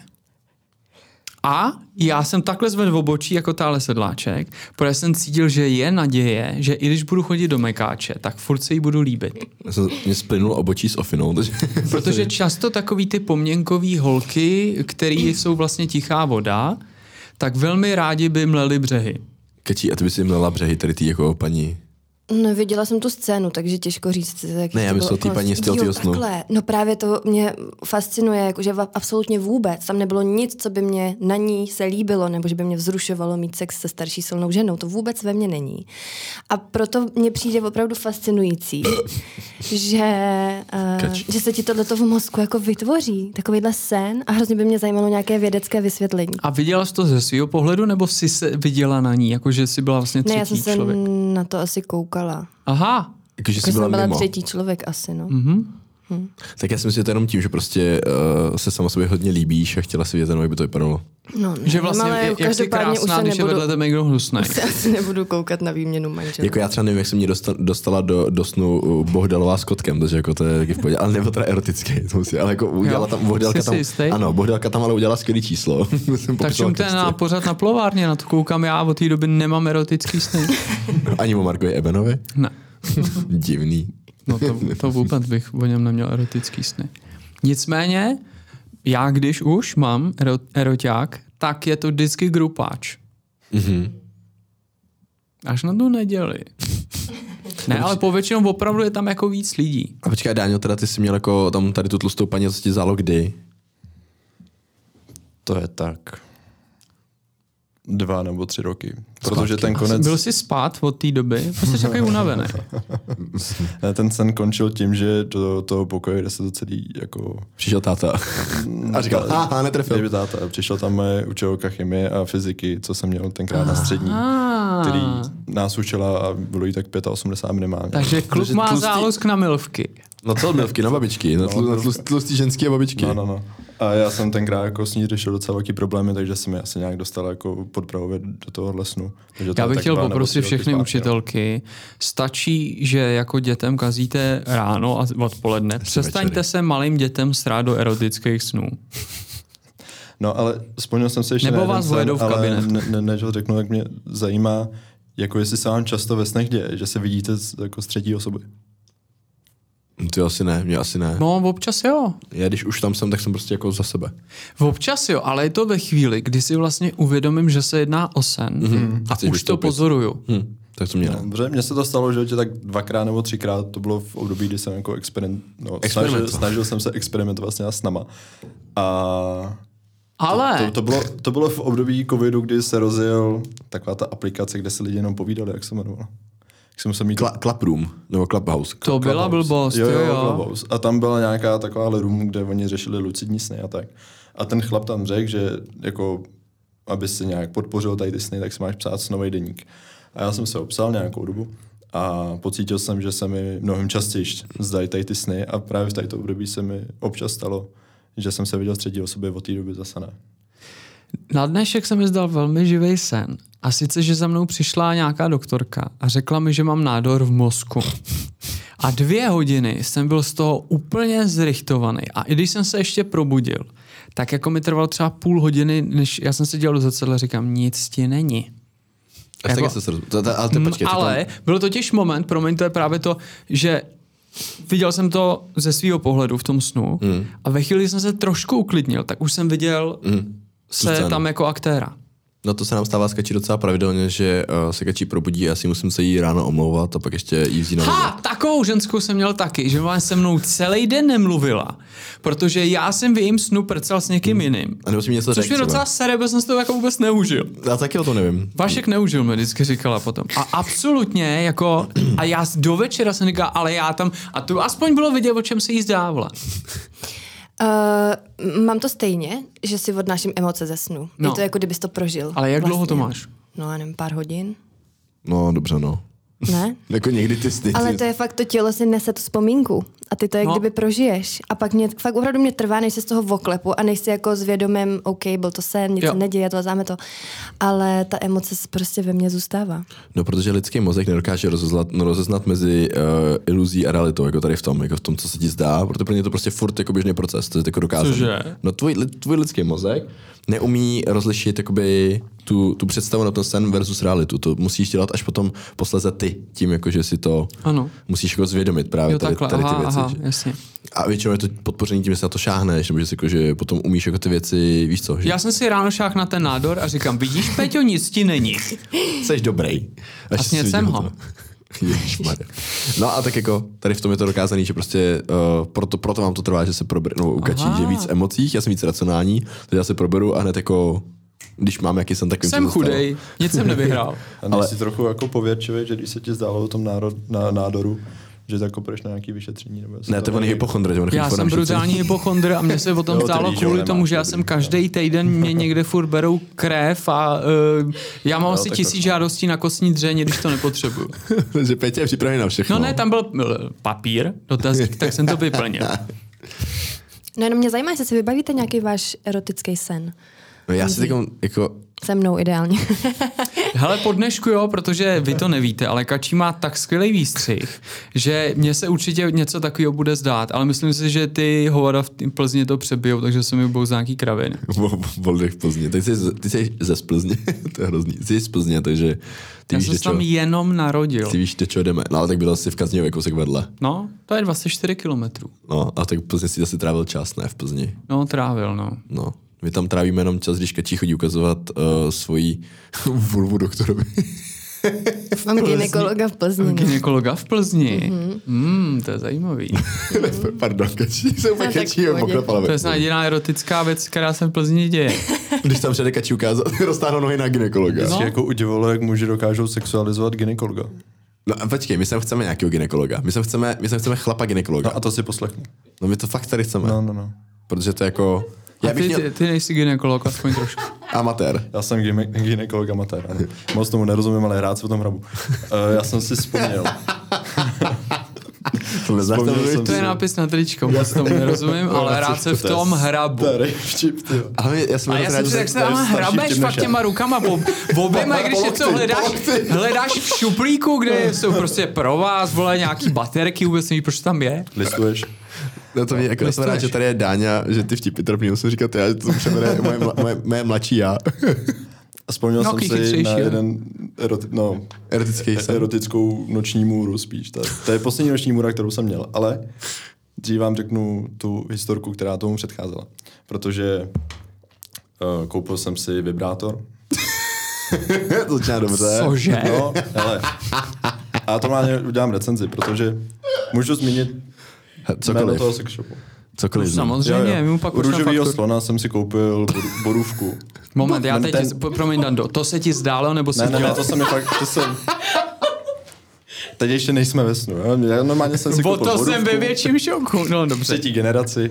A já jsem takhle zvedl v obočí jako táhle sedláček, protože jsem cítil, že je naděje, že i když budu chodit do Mekáče, tak furt se jí budu líbit. Já jsem, mě splynul obočí s ofinou. Takže... Protože často takový ty poměnkový holky, který jsou vlastně tichá voda, tak velmi rádi by mleli břehy. Kačí, a ty bys jim mlela břehy, tady ty jako paní. Neviděla jsem tu scénu, takže těžko říct. Jak Ne, já to myslel bylo ty paní z okolností. těltýho Jo, snu. takhle. No právě to mě fascinuje, jakože va- absolutně vůbec. Tam nebylo nic, co by mě na ní se líbilo, nebo že by mě vzrušovalo mít sex se starší silnou ženou. To vůbec ve mně není. A proto mně přijde opravdu fascinující, že, uh, že se ti tohleto v mozku jako vytvoří, takovýhle sen, a hrozně by mě zajímalo nějaké vědecké vysvětlení. A viděla jsi to ze svého pohledu, nebo jsi se viděla na ní, jakože jsi byla vlastně třetí Ne, já jsem se člověk? na to asi koukala. Aha, Jakože jsi Jako byla jsem byla mimo. třetí člověk asi, no. mhm. Tak já si myslím, že to je jenom tím, že prostě uh, se sama sobě hodně líbíš a chtěla si vědět, jak by to vypadalo. No, ne, Že vlastně, ale jak jsi každopádně krásná, už když se je nebudu, vedle tebe někdo hnusnej. se asi nebudu koukat na výměnu manželů. Jako já třeba nevím, jak jsem mě dostala, dostala do, do snu uh, Bohdalová s kotkem, takže jako to je taky v pohodě, ale nebo teda erotický, to musí, ale jako udělala Jo. tam, Bohdalka Jsi tam, si jistý? ano, Bohdalka tam ale udělala skvělý číslo. Jsem Tak popisoval šumte texty. na pořád na plovárně, na to koukám já, od té doby nemám erotický sny. Ani o Markovi Ebenovi? Ne, Divný. no to, to vůbec bych o něm neměl erotický sny. Nicméně, já když už mám ero, eroťák, tak je to vždycky grupáč. Mhm. Až na tu neděli. Ne, ale povětšinou opravdu je tam jako víc lidí. A počkej, Dáňo, teda ty jsi měl jako tam tady tu tlustou paní, co ti vzalo kdy? To je tak. Dva nebo tři roky. Protože ten Konec... konec, Byl jsi spát od té doby? Prostě jsi takový unavený. ne, ten sen končil tím, že do toho pokoje, kde se to celý jako... Přišel táta a říkal, aha, netrefil. Kdyby táta. Přišla tam moje učitelka chemie a fyziky, co jsem měl tenkrát na střední, Ah. který nás učila a bylo jí tak osmdesát pět minimálně. Takže klub Takže má tlustý- zálusk na milvky. No to milvky na babičky, na, tlu, na tlu, tlustý ženský a babičky. No, no, no. A já jsem tenkrát jako s ní řešil docela velký problémy, takže jsem mi asi nějak dostal jako podpravově do tohohle snu. Takže já bych chtěl poprosit všechny učitelky, stačí, že jako dětem kazíte ráno a odpoledne, přestaňte večery. se malým dětem srát do erotických snů. No ale vzpomněl jsem se ještě Nebo na vás sen, vledou v kabinetku. Ne, ne, než ho řeknu, tak mě zajímá, jako jestli se vám často ve snech děje, že se vidíte z, jako z třetí osoby. Ty asi ne, mě asi ne. No, občas jo. Já když už tam jsem, tak jsem prostě jako za sebe. Občas jo, ale je to ve chvíli, kdy si vlastně uvědomím, že se jedná o sen mm-hmm. a už to pozoruju. Hm. Tak to mě ne. No, mně se to stalo, že tak dvakrát nebo třikrát, to bylo v období, kdy jsem jako experiment, no, snažil, snažil jsem se experimentovat vlastně s náma. A ale... To, to, to, bylo, to bylo v období covidu, kdy se rozjel taková ta aplikace, kde se lidi jenom povídali, jak se jmenovala. Mít... Cla- Clubroom, nebo Clubhouse. To Clubhouse. byla blbost, jo, jo, jo. Clubhouse. A tam byla nějaká taková room, kde oni řešili lucidní sny a tak. A ten chlap tam řekl, že jako, aby si nějak podpořil tady ty sny, tak si máš psát snový deník. A já jsem se obsal nějakou dobu a pocítil jsem, že se mi mnohem častěji zdají tady ty sny a právě v této období se mi občas stalo, že jsem se viděl z třetí osoby, od té doby zase ne. Na dnešek se mi zdal velmi živý sen. A sice, že za mnou přišla nějaká doktorka a řekla mi, že mám nádor v mozku. A dvě hodiny jsem byl z toho úplně zrichtovaný. A i když jsem se ještě probudil, tak jako mi trvalo třeba půl hodiny, než já jsem se dělal do zrcadla a říkám, nic ti není. Jako, tak se to, to, ale to, počkej, ale tam... byl totiž moment, promiň, to je právě to, že viděl jsem to ze svého pohledu v tom snu mm. a ve chvíli jsem se trošku uklidnil, tak už jsem viděl mm. se Zcenu. tam jako aktéra. No to se nám stává s Kačí docela pravidelně, že uh, se Kačí probudí a asi musím se jí ráno omlouvat a pak ještě jí vzít na Ha, takovou ženskou jsem měl taky, že má se mnou celý den nemluvila, protože já jsem v jejím snu prcal s někým hmm. jiným. A nebo si mi něco Což mě docela sere, protože jsem si to jako vůbec neužil. Já taky o to nevím. Vašek neužil, mi vždycky říkala potom. A absolutně, jako, a já do večera jsem říkal, ale já tam, a to aspoň bylo vidět, o čem se jí zdávala. Uh, mám to stejně, že si odnáším emoce ze snu. No. Je to jako, kdybys to prožil. Ale jak vlastně. dlouho to máš? No, já nevím, pár hodin. No, dobře, no. Ne? Jako někdy ty sny. Ale to je fakt, to tělo si nese tu vzpomínku. A ty to jak no. kdyby prožiješ. A pak mě, fakt opravdu mě trvá, než se z toho oklepu a než si jako s vědomím, OK, byl to sen, nic se neděje, to záme to. Ale ta emoce prostě ve mně zůstává. No, protože lidský mozek nedokáže rozeznat, no, rozeznat mezi uh, iluzí a realitou, jako tady v tom, jako v tom, co se ti zdá, protože pro ně to prostě furt jako běžný proces, to je jako dokázané. Cože? No, tvůj, tvůj lidský mozek neumí rozlišit jakoby tu, tu představu na ten sen versus realitu. To musíš dělat až potom posleze ty, tím jako, že si to ano. musíš jako zvědomit právě jo, tady, tady ty aha, věci. Aha, jasně. A většinou je to podpořený tím, že se na to šáhneš, nebo že, si, jako, že potom umíš jako ty věci, víš co? Že... Já jsem si ráno šáhl na ten nádor a říkám, vidíš, Peťo, nic ti není. Jseš dobrý. Vlastně jsem ho. Ježišmarja. No a tak jako tady v tom je to dokázaný, že prostě uh, proto, proto vám to trvá, že se proberu, no ukačí, že víc emocích, já jsem víc racionální, takže já se proberu a hned jako když mám jaký jsem takový. Jsem chudej, nic jsem nevyhrál. A ale si trochu jako pověrčivý, že když se ti zdálo o tom národ, na, nádoru, že tak půjdeš na nějaký vyšetření. Nebo ne, to on je hypochondr. Já jsem brutální hypochondr a mě se o tom jo, stálo kvůli nemá, tomu, že já jsem každý týden mě někde furt berou krev a uh, já mám jo, asi tisíc to... žádostí na kostní dřeně, když to nepotřebuju. Takže Petě je připravený na všechno. No ne, tam byl papír, dotazník, tak jsem to vyplnil. No jenom mě zajímá, jestli si vybavíte nějaký váš erotický sen. No já si teď jako... Se mnou ideálně. Hele, po dnešku jo, protože vy to nevíte, ale Kačí má tak skvělý výstřih, že mně se určitě něco takového bude zdát, ale myslím si, že ty hovada v Plzni to přebijou, takže se mi budou z nějaký kraviny. Voldech v Plzni. Ty jsi, ty jsi ze Plzně, to je hrozný. Ty jsi z Plzně, takže ty já víš, jsem se tam jenom narodil. Ty víš, čo jdeme. No ale tak byl jsi v Kazněvě kousek vedle. No, to je dvacet čtyři kilometrů. No, a tak v Plzni si zase trávil čas, ne v Plzni. No, trávil, no. No. My tam trávíme jenom čas, když Kačí chodí ukazovat uh, svoji vulvu doktorovi. Mám gynekologa v Plzni. Gynekologa v Plzni? Mm-hmm. Mm, to je zajímavý. Mm. Pardon, Kačí, jsem úplně Kačí poklepala. To je snad jediná erotická věc, která se v Plzni děje. Když tam přijde Kačí ukázat, roztáhnou nohy na gynekologa. No. Jako udivilo, jak muži dokážou sexualizovat gynekologa. No a počkej, my sem chceme nějakého gynekologa. My sem chceme, my sem chceme chlapa gynekologa. No a to si poslechnu. No my to fakt tady chceme. No, no, no. Protože to je jako... Já a ty, měl... ty, ty nejsi gynekolog, aspoň trošku. Amatér. Já jsem gynekolog amatér, ano. Moc tomu nerozumím, ale rád se v tom hrabu. Uh, já jsem si vzpomněl. To neznáš tam Vzpomněl jsem To je si- nápis na tričko, moc tomu nerozumím, ale rád se v tom hrabu. Starý vtip, ty jo. Ale já jsem A já rád, jsem že si tak se to je tam starší hrabeš vtip než fakt já. těma rukama ob, oběma, když Po něco lokty, hledáš, po lokty. hledáš v šuplíku, kde jsou prostě pro vás, vole, nějaký baterky, vůbec nevíš, proč to tam je. Listuješ? No to mě jako jsem rád, že tady je Dáňa, že ty vtipy trpný, musím říkat já, že to přebere moje, mla- moje, moje mladší já. A vzpomněl No, jsem si chytřejší, na jo. jeden eroti- no, Erotický sen. erotickou noční můru spíš. To, to je poslední noční můra, kterou jsem měl, ale dřív vám řeknu tu historku, která tomu předcházela. Protože uh, koupil jsem si vibrátor. To začíná dobře. Cože? No, hele. A to má udělám recenzi, protože můžu zmínit jméno Cokoliv. toho sex shopu. Cokoliv. No, znám. samozřejmě, my mu pak U pošleme růžovýho fakturu. slona jsem si koupil boru, borůvku. Moment, já Ten- teď, ten- po- promiň Dando, to se ti zdálo, nebo se Ne, ne, ne, dělal? to jsem mi fakt, to jsem... Teď ještě nejsme ve snu, jo? Já normálně jsem si O koupil to borůvku, jsem ve větším šoku, no dobře. třetí generaci.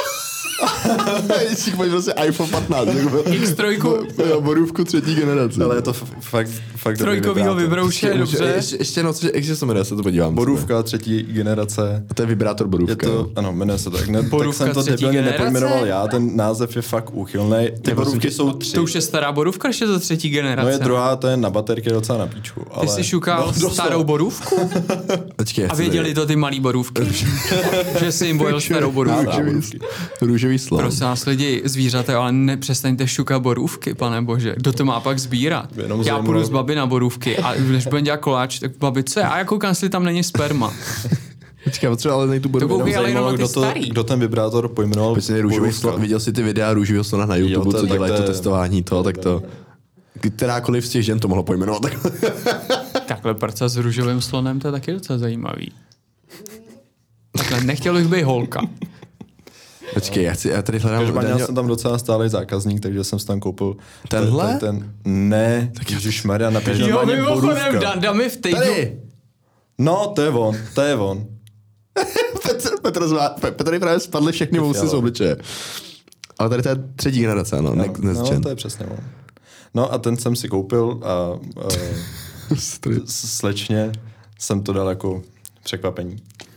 Když máš prostě iPhone patnáct. Jako X tři, jo, borůvku třetí generace. Ale je to f- fakt, fakt dobrý trojkovýho vibrátor. vybrouše, Ještě, dobře. ještě, ještě no, cože, jak se to jmenuje, já se to podívám. Borůvka třetí generace. To je vibrátor borůvka. Je to, ano, jmenuje se tak. Ne, tak Borůvka jsem to třetí debilně generace? nepojmenoval já, ten název je fakt úchylný. Ty borůvky jsou tři. To už je stará borůvka, ještě za třetí generace. No je druhá, to je na baterky docela na píčku. Ty jsi šukal no, starou borůvku? Počkej, A věděli to ty malý borůvky? Že jsi jim bojil starou borůvku? Růžový, růžový slon. Prosím vás lidi, zvířata, ale nepřestaňte šukat borůvky, pane bože. Kdo to má pak sbírat? Jenom Já zajímalo- půjdu z babi na borůvky a když budeme dělat koláč, tak babi, co je? A já koukám, jestli tam není sperma. Počkej, potřeba ale najít tu borůvku. koukej, ale jenom na ty kdo, to, starý. kdo ten vibrátor pojmenoval Prostě růžový borůvka. slon, viděl jsi ty videa růžového slona na YouTube, Jo, to- co tak dělají to to je- testování toho, tak to... Kterákoliv z těch žen to mohlo pojmenovat. takhle. Takhle prca s růžovým slonem, to je taky docela zajímavý. Takhle, nechtěl bych být holka. Počkej, já, chci, já tady hledám... Každopádně já Daniel- jsem tam docela stálý zákazník, takže jsem si tam koupil... Tenhle? Ten, ten, ne, ježišmarja, napiš Jo, normálně mimochodem, borůvka. Danda mi v týdnu... Tady! No, to je on, to je on. Petr, Petr, zvá, Pe- Petr právě spadly všechny vousy z obličeje. Ale tady to je třetí generace, ano, ne, No, next no, gen. to je přesně on. No a ten jsem si koupil a, a s- slečně jsem to dal jako překvapení.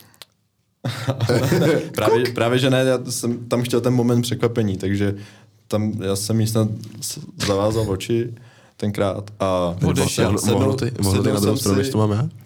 právě, právě, že ne, já jsem tam chtěl ten moment překvapení, takže tam já jsem jí snad s- zavázal oči tenkrát a Odešel. Mohlo- Mohlo ty, mohlo ty na druhou stranu, než to mám já?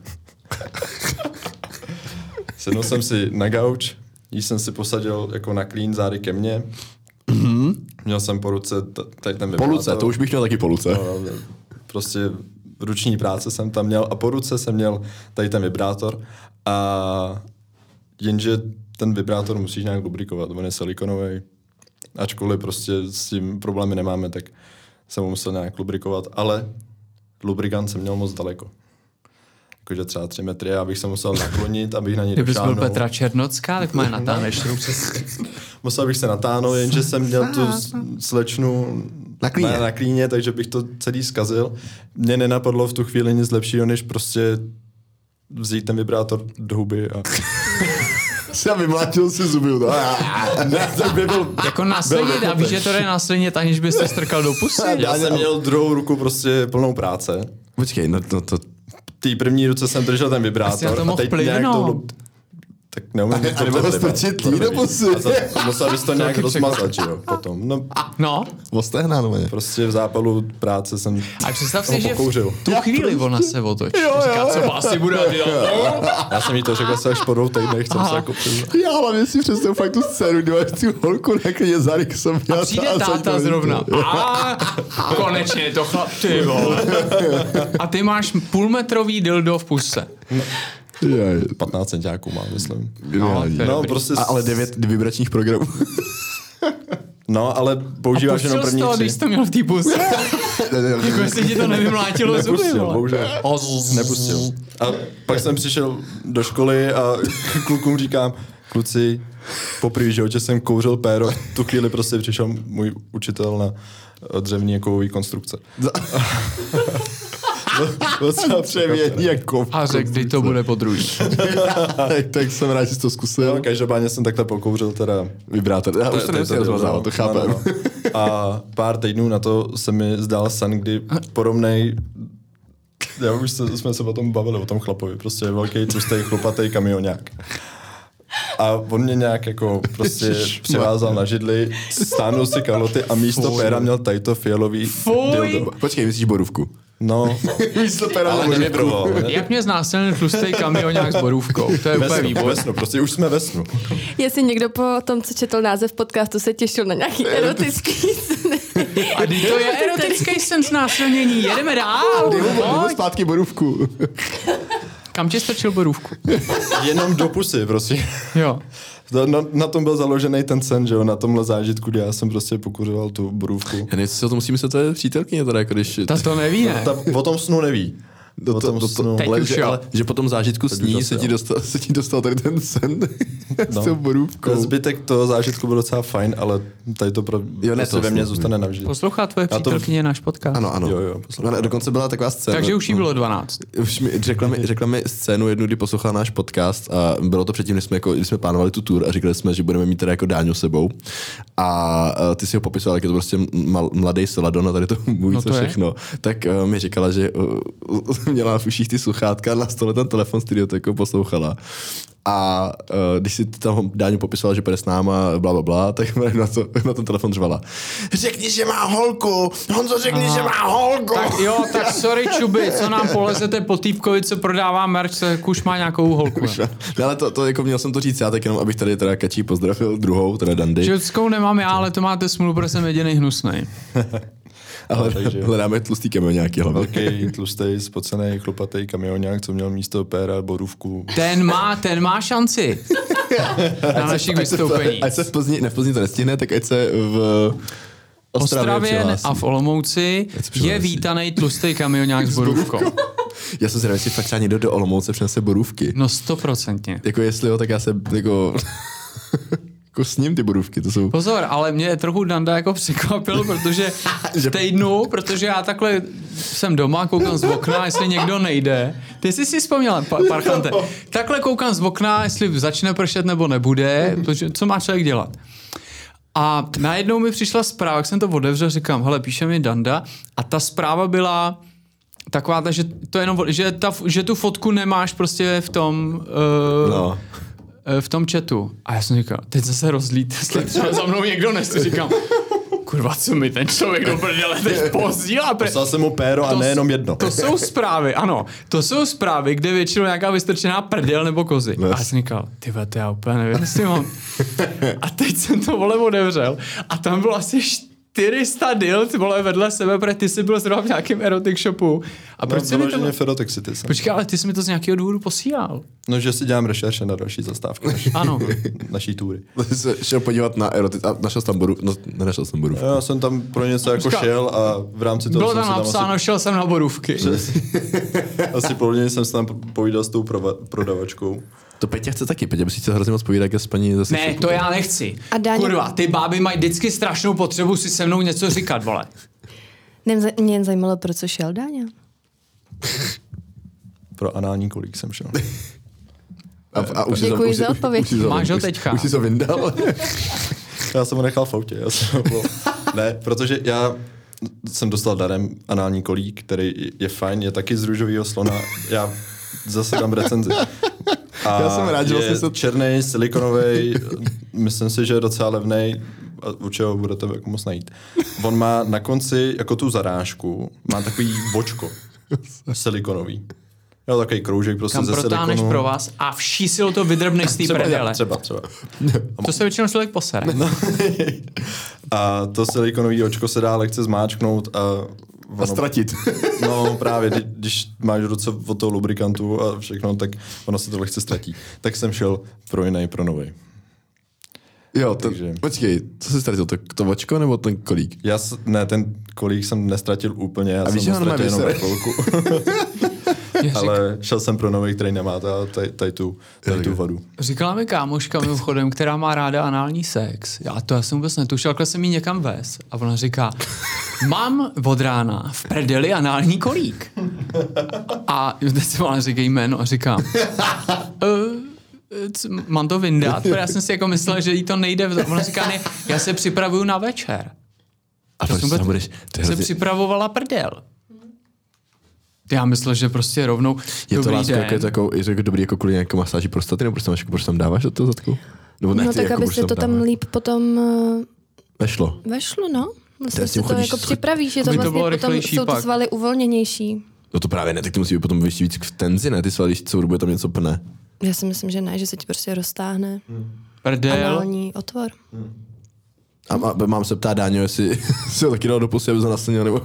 sednul jsem si na gauč, jí jsem si posadil jako na klín zády ke mně. Mm-hmm. Měl jsem po ruce t- tady ten Po vibrátor. luce, to už bych měl taky po luce. No, no, prostě ruční práce jsem tam měl a po ruce jsem měl tady ten vibrátor a jenže ten vibrátor musíš nějak lubrikovat, on je silikonový, ačkoliv prostě s tím problémy nemáme, tak jsem ho musel nějak lubrikovat, ale lubrikant jsem měl moc daleko. Jakože třeba tři metry, abych se musel naklonit, abych na něj Kdybys byl došáhnul. Petra Černocká, tak má natáhneš to přes... Musel bych se natáhnout, jenže jsem měl tu s- slečnu Na klíně. na, na klíně, takže bych to celý zkazil. Mně nenapadlo v tu chvíli nic lepšího, než prostě vzít ten vibrátor do huby a... Jsem vymlátil si zuby. No. ne, to by byl... Jako následně, a víš, že to jde následně tak, než bys to strkal do pusy? Já jsem měl druhou ruku prostě plnou práce. Počkej, no to... to... V té první ruce jsem držel ten Asi na vibrátor to a mohl teď nějak to... plivnout. Tak neumím A nemohl strčit jí do pusy. A za- Musel bys to nějak Taky rozmazat, že jo, potom. No, No, Ostehná, no. prostě v zápalu práce jsem a představ ho si, že pokouřil. v tu chvíli ona se otočí. Říká, co asi bude dělat. Já jsem jí to řekl asi až po dvou týdnech, jsem se jako přiznal. Já hlavně si představ fakt tu scénu, kdy máš tu holku na klíně zády k sobě. A přijde táta zrovna. A konečně je to chlap, ty vole. A ty máš půlmetrový dildo v puse. Jaj, patnáct centiáků mám, myslím. geniální. to je No, dobrý. prostě... A, ale devět vibračních programů. No, ale používáš jenom Pustil jsi první to, tři. když jsi to měl v té puse. Jako jestli ti to nevymlátilo zuby, Nepustil, vole. bohužel. Nepustil. A pak jsem přišel do školy a klukům říkám, kluci, poprvé v životě jsem kouřil péro. V tu chvíli prostě přišel můj učitel na eh, dřevní kovový konstrukce. Docela Převědní jako... A řekl, kdy to bude po druhý. tak, tak jsem rád, že jsi to Jo, zkusil. každopádně jsem takhle pokouřil teda. Vibrátor. Já už to nemusím rozmazávat, to chápem. No, no, no. A pár týdnů na to se mi zdál sen, kdy podobnej Já už se, jsme se o tom bavili, o tom chlapovi. Prostě velký, tlustý, chlupatý kamionák. A on mě nějak jako prostě přivázal na židli, stáhnul si kaloty a místo Fuj. péra měl tadyto fialový Fuj. dildo. Počkej, myslíš borůvku? No, Místo pera Ale na mě, borůvku. jak mě znásilnil tlustý kamionák s borůvkou? To je ve úplně snu, výborné. ve snu, prostě už jsme ve snu. Jestli někdo po tom, co četl název podcastu, se těšil na nějaký erotický sny. A když to je erotický sen znásilnění, jedeme dál. Dejme Pojď. zpátky borůvku. Kam tě strčil borůvku? Jenom do pusy, prostě. Jo. Na, na tom byl založený ten sen, že jo, na tomhle zážitku, kdy já jsem prostě pokuřoval tu borůvku. Já nevím, co si o tom musí myslet, to je přítelkyně teda, jako když... Ta to neví, ne? Ta o tom snu neví. Do o to, tom do to, snu. Teď ale, už že, jo. ale že po tom zážitku Teď sní už se asi ti, jo. dostal, se ti dostal tady ten sen s tou borůvkou. Ten zbytek toho zážitku byl docela fajn, ale tady to pro, Jo, ne, asi to ve mně vlastně. zůstane navždy. Poslouchá tvoje Já to- přítelkyně náš podcast. Ano, ano. Jo, jo, poslouchám. Ale dokonce byla taková scéna. Takže už jí bylo dvanáct. Už mi, řekla, mi, řekla mi scénu jednu, kdy poslouchala náš podcast a bylo to předtím, než jsme, jako, když jsme plánovali tu tour a říkali jsme, že budeme mít teda jako Dáňu sebou. A, a ty si ho popisoval, jak je to prostě mal, mladý Seladon a tady to mluví No co to je. všechno. Tak uh, mi říkala, že uh, uh, měla v uších ty sluchátka a na stole ten telefon studiotekou poslouchala. A uh, když si tam Dáňu popisoval, že půjde s náma, bla, bla, bla, tak na, to, na ten telefon řvala. Řekni, že má holku! Honzo, řekni, že má holku! Tak jo, tak sorry Čuby, co nám polezete po týpkovi, co prodává merch, tak už má nějakou holku. Ne? No, ale to, to jako měl jsem to říct já, tak jenom abych tady teda Kačí pozdravil druhou, teda Dandy. Ženskou nemám já, ale to máte smůlu, protože jsem jedinej hnusnej. Ale takže jo. hledáme tlustý kamionňáky hlavně. Velký, tlustý, spocený, chlupatý kamionák, co měl místo péra borůvku. Ten má, ten má šanci na našich vystoupení. Ať se v Plzni, ne v Plzni to nestihne, tak ať se v Ostravě, Ostravě přihlásí. a v Olomouci Ať se přihlásí. je vítaný tlustý kamionák s borůvkou. Já jsem si jestli fakt třeba někdo do Olomouce přinese borůvky. No stoprocentně. Jako jestli jo, tak já se jako... jako s ním ty borůvky, to jsou... Pozor, ale mě trochu Danda jako překvapil, protože v týdnu, protože já takhle jsem doma, koukám z okna, jestli někdo nejde. Ty jsi si vzpomněla, pa, parchante. Takhle koukám z okna, jestli začne pršet nebo nebude, protože co má člověk dělat. A najednou mi přišla zpráva, jak jsem to otevřel, říkám, hele, píše mi Danda a ta zpráva byla taková, ta, že to jenom, že, ta, že tu fotku nemáš prostě v tom... Uh, No. v tom chatu. A já jsem říkal, teď zase rozlít, jestli třeba za mnou někdo nechce. Říkám, kurva, co mi ten člověk do prdele teď pozdílá. Pre... Poslal jsem mu péro a To nejenom s- jedno. To jsou zprávy, ano. To jsou zprávy, kde většinou nějaká vystrčená prdel nebo kozy. Yes. A já jsem říkal, ty vole, to já úplně nevím, jestli mám. A teď jsem to vole otevřel a tam bylo asi čtyři sta dil, ty vole, vedle sebe, protože ty jsi byl zrovna v nějakém erotic shopu. A proč No, jsi mi to... vyloženě ferotexity jsem. Počkej, ale ty jsi mi to z nějakého důvodu posílal. No, že si dělám rešerše na další zastávky naší, Ano. naší túry. Jsi se šel podívat na erotic a našel jsem tam boru, no, nenašel jsem borůvku. Já jsem tam pro něco jako Počkej. šel a v rámci toho Bylo jsem tam si napsáno, asi, šel jsem na borůvky. asi půl hodiny jsem se tam povídal s tou prova- prodavačkou. To Petě chce taky, Petě by si chtěl hrozně moc povídat jak s paní zase. Ne, to já nechci. A Dáňa- Kurva, ty báby mají vždycky strašnou potřebu si se mnou něco říkat, vole. Mě zaj- Mě jen zajímalo, pro co šel Dáňa. Pro anální kolík jsem šel. A, a už jsi Děkuji už, za už- odpověď. už jsi to- Máš ho už- teďka. Už jsi to vyndal. Já jsem ho nechal v autě. Já jsem ho... Ne, protože já jsem dostal darem anální kolík, který je fajn, je taky z růžového slona. Já zase dám recenzi. A Já jsem rád, že je vlastně se- černý, silikonový, myslím si, že je docela levnej, a u čeho budete jako moc najít. On má na konci, jako tu zarážku, má takový vočko silikonový. Jo, takový kroužek prostě Kam ze protáhneš silikonu. pro vás a vší silou to vydrbneš z té Třeba, prdele. třeba, třeba. To se většinou člověk posere. No. A to silikonový očko se dá lehce zmáčknout a... Ono, A ztratit. No právě, kdy- když máš v ruce od toho lubrikantu a všechno, tak ono se to lehce ztratí. Tak jsem šel pro jiný, pro novej. Jo, ten, Takže- počkej, co jsi ztratil, to, to vočko nebo ten kolík? Já, s- ne, ten kolík jsem nestratil úplně, já A víš, jsem že ho on má ztratil jenom na vysere- chvilku. Já řík, Ale šel jsem pro novej, který nemá ta- tady tady tu, tady tu vadu. říkala mi kámoška mimochodem, která má ráda anální sex. Já to já jsem vůbec netušil, takhle jsem jí někam vez. A ona říká, mám od rána v prdeli anální kolík. A teď se ona říká jméno a říkám, "Eh, c- mám to vyndat, protože já jsem si jako myslel, že jí to nejde. A ona říká, ne, já se připravuju na večer. A To proč jsem tam vůbec- budeš? To je se hrozně- připravovala prdel. Já myslel, že prostě rovnou Je to dobrý lásko, den. jako je to jako, je to jako dobrý jako kvůli nějakou masáži prostaty, nebo prostě máš, jako, proč tam dáváš do toho zadku? Nebo No nechci, tak, jako, aby proč se to tam dáváš? líp potom uh, Vešlo. vešlo, no. Vlastně s tím si to chodíš- jako připravíš, že to aby to vlastně bylo potom rychlejší jsou ty pak. svaly uvolněnější. No to právě ne, tak ty musí být potom vyšší víc v tenzi, ne? Ty svaly, když celou dobu je tam něco pne. Já si myslím, že ne, že se ti prostě roztáhne Prdel. anální otvor. A má, mám se ptát Dáňo, jestli si ho taky dal do pusy, aby to naslnil, nebo...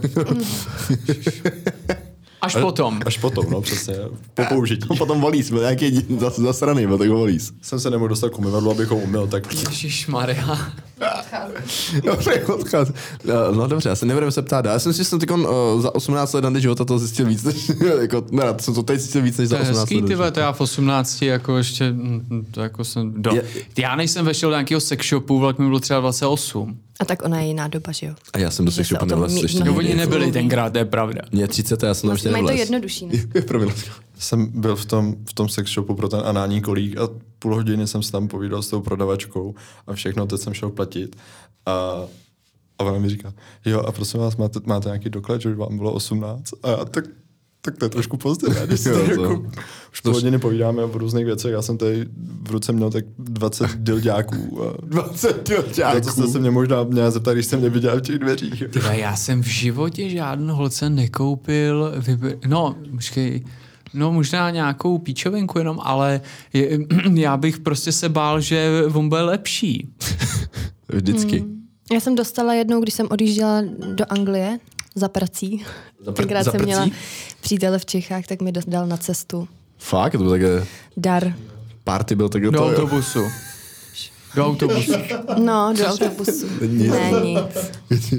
Až potom. Až potom, no přesně, po použití. A potom volís, byl nějaký zas, zasraný, byl tak volís. Jsem se nemohl dostat k umyvadlu, abych ho umyl, tak Ježišmarja. Dobře, odchází. No, no dobře, já se nebudeme se ptát. Já jsem si, že jsem tykon, uh, za osmnáct let Dandy života to zjistil víc, než, jako, ne, jsem to teď zjistil víc, než To za je osmnáct hezký, let. ty vole, to já v osmnácti jako ještě, mm, to jako jsem, do, Je- já než jsem vešel do nějakého sex shopu, vlak mi bylo třeba dvacet osm. A tak ona je jiná doba, že jo? A já jsem do Že sex se shopu o tom nevlez mí- ještě mnohem No oni nikdy. nebyli tenkrát, to je pravda. Mě je třicet a já jsem tam ještě Mají to nevlez. jednodušší, ne? Promiň. jsem byl v tom, v tom sex shopu pro ten anální kolík a půl hodiny jsem se tam povídal s tou prodavačkou a všechno, teď jsem šel platit a, a ona mi říká, jo a prosím vás, máte, máte nějaký doklad, že už vám bylo osmnáct? A já, tak, tak to je trošku pozdě, ne? Když si Jo, tady to- jako, už půl hodiny povídáme o různých věcech, já jsem tady v ruce měl tak dvacet dilďáků a dvacet to, co jste se mě možná měl zeptat, když jsem mě viděl v těch dveřích. Tyhle, já jsem v životě žádnou holce nekoupil, vybr... no, počkej, no možná nějakou píčovinku jenom, ale je, já bych prostě se bál, že on bude lepší. Vždycky. Hmm. Já jsem dostala jednou, když jsem odjížděla do Anglie za prací. Za pr- Tenkrát za jsem měla prací? přítele v Čechách, tak mi dal na cestu Fakt? To bylo také... dar. Party byl tak Do to, jo. autobusu. Do autobusu. No, do autobusu. Ne, nic.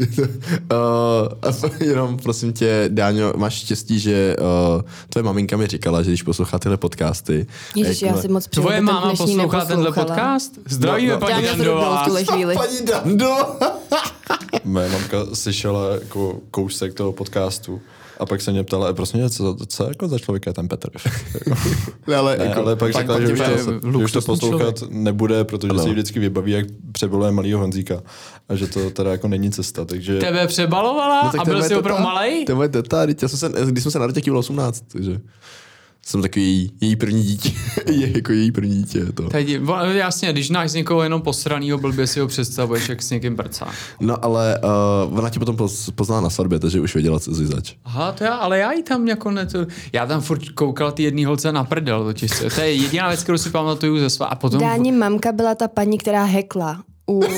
uh, jenom prosím tě, Dáňo, máš štěstí, že uh, tvoje maminka mi říkala, že když poslouchá tyhle podcasty... Ježiš, já si moc přeju, Tvoje aby ten máma dnešní poslouchá tenhle neposlouchala. podcast? Zdravíme, No, no. paní Já mě zrovna v Dandová. tuhle chvíli. Paní Dando! Moje mamka slyšela jako kousek toho podcastu a pak se mě ptala, e, prosím mě, co, co jako za člověka je ten Petr? Ne, ale, Ne, jako, ale pak řekla, že už to, je že už to luxusní poslouchat člověk. nebude, protože Ano. si vždycky vybaví, jak přeboluje malýho Honzíka. A že to teda jako není cesta, takže... Tebe přebalovala tak a to je byl moje jsi opravdu teta. malej? To je moje teta, teď já jsem se, když jsem se narodil, taky byl osmnáct, takže jsem takový její, její první dítě. je jako její první dítě. Je to. Teď, jasně, když náš někoho jenom posranýho, blbě si ho představuješ, jak s někým prcá. No ale uh, ona tě potom poz, poznala na svatbě, takže už věděla, co jsi zač. Aha, to já, ale já ji tam jako ne, to, já tam furt koukal ty jedný holce na prdel, totiž se. To je jediná věc, kterou si pamatuju ze svá. A potom... Dáni mamka byla ta paní, která hekla u, u,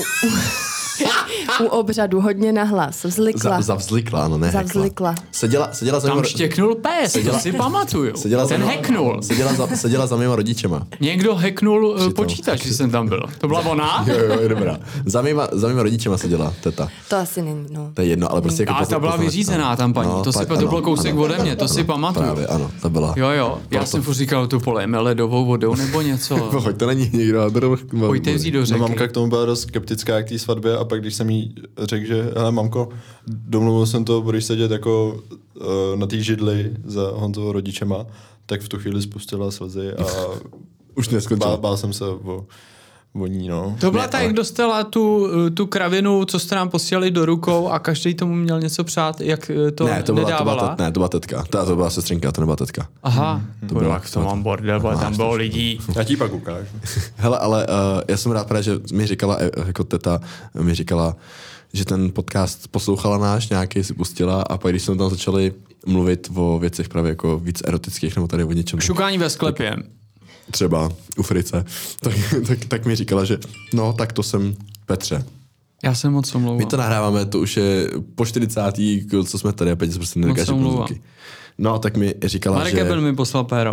u obřadu hodně nahlas. Vzlikla. Za, zavzlikla, no ne Zavzlikla. Seděla, seděla za Tam mýma, štěknul pes, to si pamatuju. seděla Ten za, heknul. Seděla za, seděla za mýma rodičema. Někdo heknul uh, Přitom. počítač, když jsem tam byl. To byla ona? Jo, jo, je dobrá. Za mýma, za mýma rodičema seděla teta. To asi není, no. To je jedno, ale prostě jako... A ta byla pozna- vyřízená tam paní, to si- to ano, byl kousek ano, ode mě, to ano, si ano, pamatuju. Právě, ano, to byla. Jo, jo, já jsem furt říkal, tu polejme ledovou vodou nebo něco. Hoď, to není někdo. Pojďte vzít do No, řeky. mamka k tomu byla dost skeptická k té svatbě a pak když jsem jí řekl, že hele mamko, domluvil jsem to, budeš sedět jako uh, na té židli za Honzovo rodičema, tak v tu chvíli spustila slzy a Už neskončilo. bál, bál jsem se o, o ní, no. To byla Ne, ta, ale- jak dostala tu, tu kravinu, co jste nám posílali do rukou a každý tomu měl něco přát, jak to Ne, to byla, to nedávala. byla, tet, ne, to byla tetka. Ta, to byla sestřenka, to nebyla tetka. Aha, to bylo- bylo, to mám bordel, bo tam bylo lidí. Já ti pak ukážu. Hele, ale uh, já jsem rád právě, že mi říkala, eh, jako teta mi říkala, že ten podcast poslouchala náš, nějaký si pustila a pak když jsme tam začali mluvit o věcech právě jako víc erotických nebo tady o něčem. Šukání ve sklepě. Třeba u Frice, tak, tak, tak mi říkala, že no, tak to jsem Petře. Já jsem moc omlouval. My to nahráváme, to už je po čtyřicátý, co jsme tady a Petě se prostě nedokáže Moc se omlouvám. pozvuky. No, tak mi říkala, Marek že... Ebel mi poslal péro.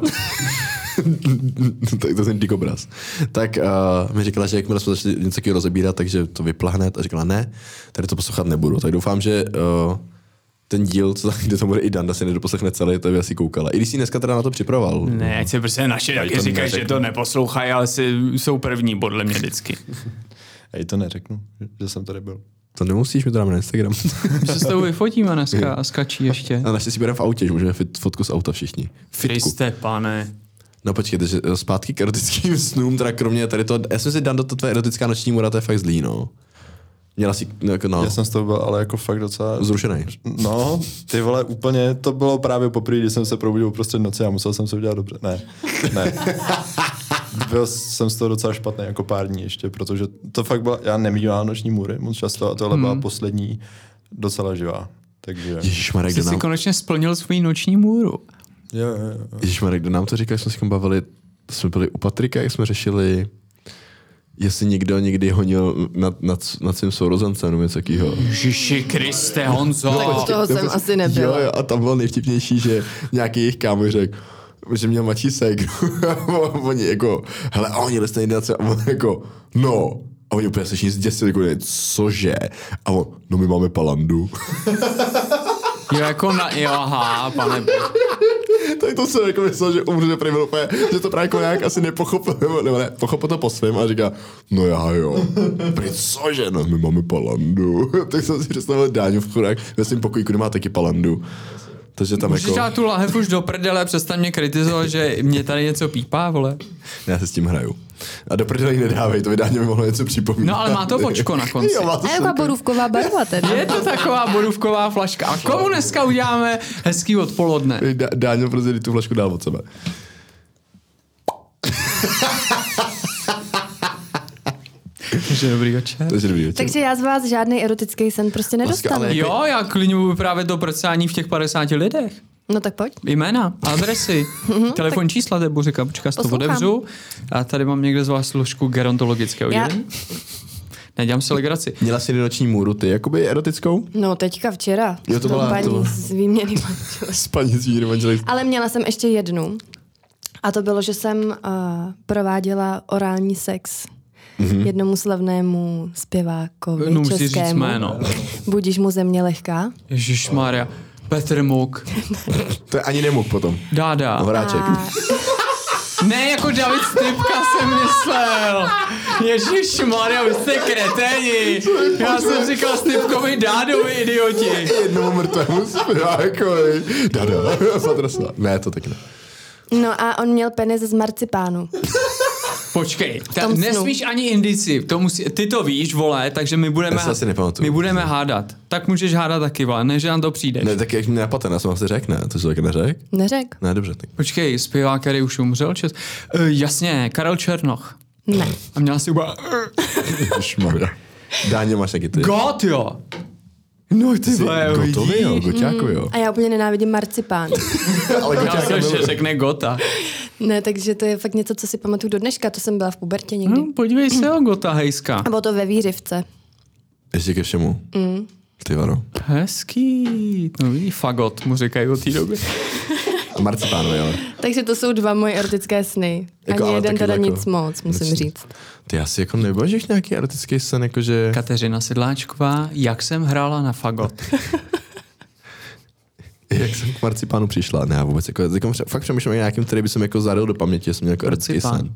tak to ten dikobraz. Tak uh, mi říkala, že jakmile jsme začali něco takového rozebírat, takže to vyplahne a říkala ne, tady to poslouchat nebudu. Tak doufám, že uh, ten díl, co, kde to bude i Danda, si nedoposlechne celý, to by asi koukala. I když jsi dneska teda na to připravoval. Ne, ať se prostě naše taky to říkají, že neřeknu. to neposlouchají, ale si, jsou první, podle mě vždycky. Já jí to neřeknu, že jsem tady byl. To nemusíš, mi to dáme na Instagram. My se s tebou vyfotíme dneska a skačí ještě. A naštěstí budeme v autě, že můžeme fit, fotku z auta všichni. Fitku. Kriste, pane. No počkejte, že eh, zpátky k erotickým snům, teda kromě tady toho, já jsem si Dando, to tvoje erotická noční mora, to je fakt zlý, no. Měla si, jako no, Já jsem z toho byl ale jako fakt docela... zrušený. No, ty vole, úplně, to bylo právě poprvé, když jsem se probudil uprostřed noci a musel jsem se udělat dobře. Ne, ne. Byl jsem z toho docela špatný jako pár dní ještě, protože to fakt byla, já nemývám noční můry moc často a tohle hmm. byla poslední docela živá. Takže... Ježišmarek, Jsi si nám... konečně splnil svůj noční můru. Jo, jo, jo. Ježišmarek, kdo nám to říkal, jak jsme si bavili, jsme byli u Patrika, jak jsme řešili, jestli někdo někdy honil nad, nad, nad svým sourozencem, nebo něco takýho. Ježiši Kriste, Honzo. Tak toho jsem asi nebyla. Jo, jo, a tam bylo nejvtipnější, že nějaký jejich kámoš řekl, že měl mladší ségru. Oni jako, hele, a oni jste někde a on jako, no. A oni úplně se všichni zděsili, jako, cože? A on, no my máme palandu. Jo, jako na, jo, aha, pane. Tak to jsem jako myslel, že umře, že prý byl úplně, že to právě jako nějak asi nepochopil, nebo ne, pochopil to po svém a říká, no já jo, prý cože, no my máme palandu. Tak jsem si představil Dáňu v chudák ve svým pokojíku, kde má taky palandu. Takže tam Můžeš jako... dát tu lahev už do prdele, přestaň mě kritizovat, že mě tady něco pípá, vole. Já se s tím hraju. A do prdele nedávej, to by Dáně mi mohlo něco připomínat. No ale má to bočko na konci. Jo, má to A jaká borůvková barva teda. Je to taková borůvková flaška. A komu dneska uděláme hezký odpoledne? Dá, Dáňo prostě tu flašku dál od sebe. Takže dobrý večer. Takže dobrý večer. Takže já z vás žádný erotický sen prostě nedostanu. ale- Jo, já klidně budu právě to prcání v těch padesáti lidech. No tak pojď. Jména, adresy, telefonní čísla, tebu říkám, počkej, to Poslouchám. otevřu. A tady mám někde z vás složku gerontologického Já- oddělení. Nedělám si legraci. Měla jsi noční můru ty, jakoby erotickou? No teďka včera. Jo, to byla- paní to byla- z výměny manželství. S paní z jiný manželství. Ale měla jsem ještě jednu. A to bylo, že jsem uh, prováděla orální sex mm-hmm. jednomu slavnému zpěvákovi No, musíš říct českému. jméno. Budíš mu země lehká. Ježišmarja. Petr Muk. To je ani nemůgł potom. Dáda. Horáček. A Ne, jako David Stipka jsem myslel. Ježišmarja, vy jste kreténi. Já jsem říkal Stipkovi Dádovi, idioti. Jednomu mrtvému zpěvákovi. Dada. Patrasná. Ne, to taky ne. no a on měl penis z marcipánu. Počkej, ta, tom snu. nesmíš ani indici, to musí, ty to víš, vole, takže my budeme, Já si asi nepamatuju. my budeme hádat. Tak můžeš hádat taky, vole, než nám to přijde. Ne, tak jak mě napadne, já jsem asi řekl, ne? To jsi taky neřekl? Neřek? Ne, dobře. Tak. Počkej, zpěvák, který už umřel, čes? Uh, jasně, Karel Černoch. Ne. A měla si uba... Ježišmarja. Dáně máš taky ty. God, jo. No ty vole, Gotovi, jo, vidíš? Goťáku, jo. A já úplně nenávidím marcipán. Ale Já Goťáka jsem, že byl. řekne Gota. Ne, takže to je fakt něco, co si pamatuju do dneška. To jsem byla v pubertě někdy. No, podívej se, o Gota hejska. A bylo to ve Vířivce. Ještě ke všemu. Mm. Ty varo. Hezký. No vidíš, fagot, mu říkají od té doby. A marcipánovi, ale. Takže to jsou dva moje erotické sny. Jako, Ani ale jeden taky teda jako- nic moc, musím Nic- říct. Ty asi jako nebožíš nějaký erotický sen, jakože... Kateřina Sedláčková, jak jsem hrála na fagot. Jak jsem k marcipánu přišla? Ne, já vůbec jako, jako fakt přemýšlím o nějakým, který by jsem jako zaril do paměti, že jsem měl jako erotický Marcipán. sen.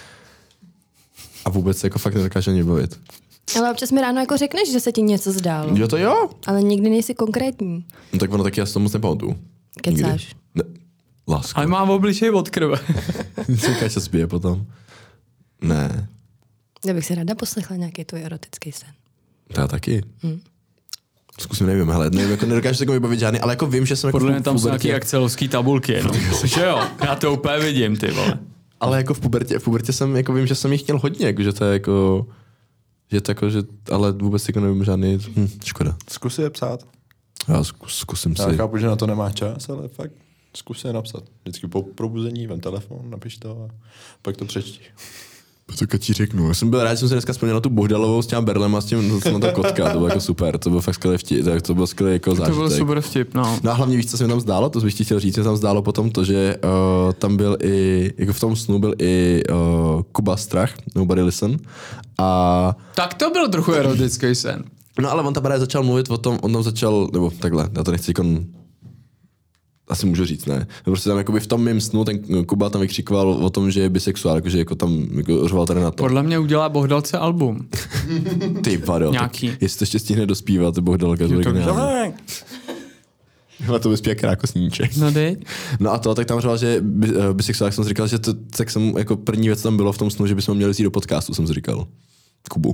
A vůbec jako fakt nedokážu ani bavit. Ale občas mi ráno jako řekneš, že se ti něco zdálo. Jo to jo? Ale nikdy nejsi konkrétní. No tak ono taky já si to moc nepamatuju. Kecáš. Ne. Lásko. Ale mám obličej od krve. Říkáš, se spije potom. Ne, Já bych si ráda poslechla nějaký tvůj erotický sen. to já taky. Hmm. Zkusím, nevím, hele, nevím, jako nedokážu se jako vybavit žádný, ale jako vím, že jsem jako Podle v mě tam jsou pubertě- nějaký excelovský tabulky, no. Že jo, já to úplně vidím, ty vole. Ale jako v pubertě, v pubertě jsem, jako vím, že jsem jich chtěl hodně, jako, že to je jako, že to jako, že, ale vůbec jako nevím žádný, hm, škoda. Zkus si je psát. Já zkus, zkusím si. Já chápu, že na to nemá čas, ale fakt zkus si je napsat. Vždycky po probuzení, vem telefon, napiš to a pak to přečti. To ti řeknu. Já jsem byl rád, že jsem se dneska vzpomněl na tu Bohdalovou s těma Berlem a s tím na ta kotka, to bylo jako super, to bylo fakt skvělý vtip, tak to byl skvělý jako zážitek. To byl super vtip, no. No a hlavně víš, co se mi tam zdálo, to bych ti chtěl říct, mi tam zdálo potom to, že uh, tam byl i, jako v tom snu byl i uh, Kuba Strach, Nobody Listen a Tak to byl trochu erotický sen. no ale on tam právě začal mluvit o tom, on tam začal, nebo takhle, já to nechci jako asi můžu říct, ne. Prostě tam jakoby v tom mým snu ten Kuba tam vykřikoval o tom, že je bisexuál, jakože jako tam jako řval tady na to. Podle mě udělá Bohdalce album. Ty vado, Nějaký. tak jestli to ještě stihne dospívat, to Bohdalka, to je geniální. A to by zpěl jako sníček. No dej. No a to, tak tam řval, že by, uh, bisexuál, jak jsem si říkal, že to, tak jsem, jako první věc tam bylo v tom snu, že bychom měli jít do podcastu, jsem si říkal. Kubu.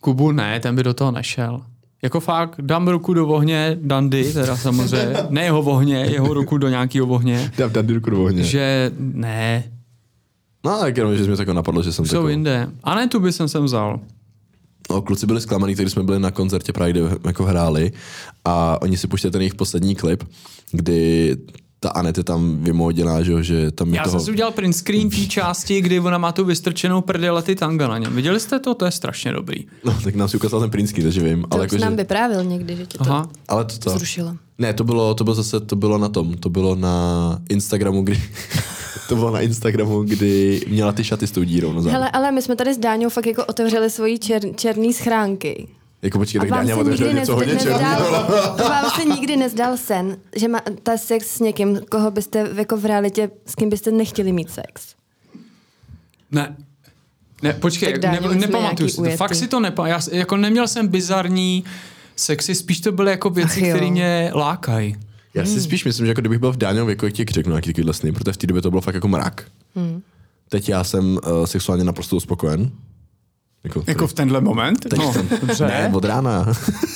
Kubu ne, ten by do toho nešel. Jako fakt, dám ruku do ohně, Dandy, teda samozřejmě, ne jeho ohně, jeho ruku do nějakého ohně. Dám Dandy ruku do ohně. Že ne. No, tak jenom, že jsi mi tako napadlo, že jsem Jsou tako... jinde. A ne, tu by jsem sem vzal. No, kluci byli zklamaný, když jsme byli na koncertě právě, kde jako hráli a oni si puštěli ten jejich poslední klip, kdy ta Anet je tam vymoděná, že, že tam je Já toho... jsem si udělal print screen té části, kdy ona má tu vystrčenou prdel a ty tanga na něm. Viděli jste to? To je strašně dobrý. No, tak nám si ukázal ten print screen, takže vím. To ale už jako, nám že... vyprávil někdy, že tě to Aha. ale to, to... zrušilo. Ne, to bylo, to bylo zase, to bylo na tom, to bylo na Instagramu, kdy... to bylo na Instagramu, kdy měla ty šaty s tou dírou na zádu. Hele, ale my jsme tady s Dáňou fakt jako otevřeli svoji čer, černý schránky. Jako počkej, A tak vám Dáňa se otevřel nikdy něco nezd- hodně nezdál, černého. vám se nikdy nezdal sen, že má ta sex s někým, koho byste jako v realitě, s kým byste nechtěli mít sex? Ne. Ne, počkej, Tak Dáňo, ne, jsme nepamatuju nějaký si to. ujetý. Fakt si to nepamatuju. Já jako neměl jsem bizarní sexy, spíš to byly jako věci, Ach jo. které mě lákají. Já si spíš myslím, že jako kdybych byl v Dáňově věku, jak ti řeknu nějaký takovýhle sny, protože v té době to bylo fakt jako mrak. Hmm. Teď já jsem uh, sexuálně naprosto uspokojen. Jako, Jako v tenhle moment? teď No, jsem, dobře. ne, od rána.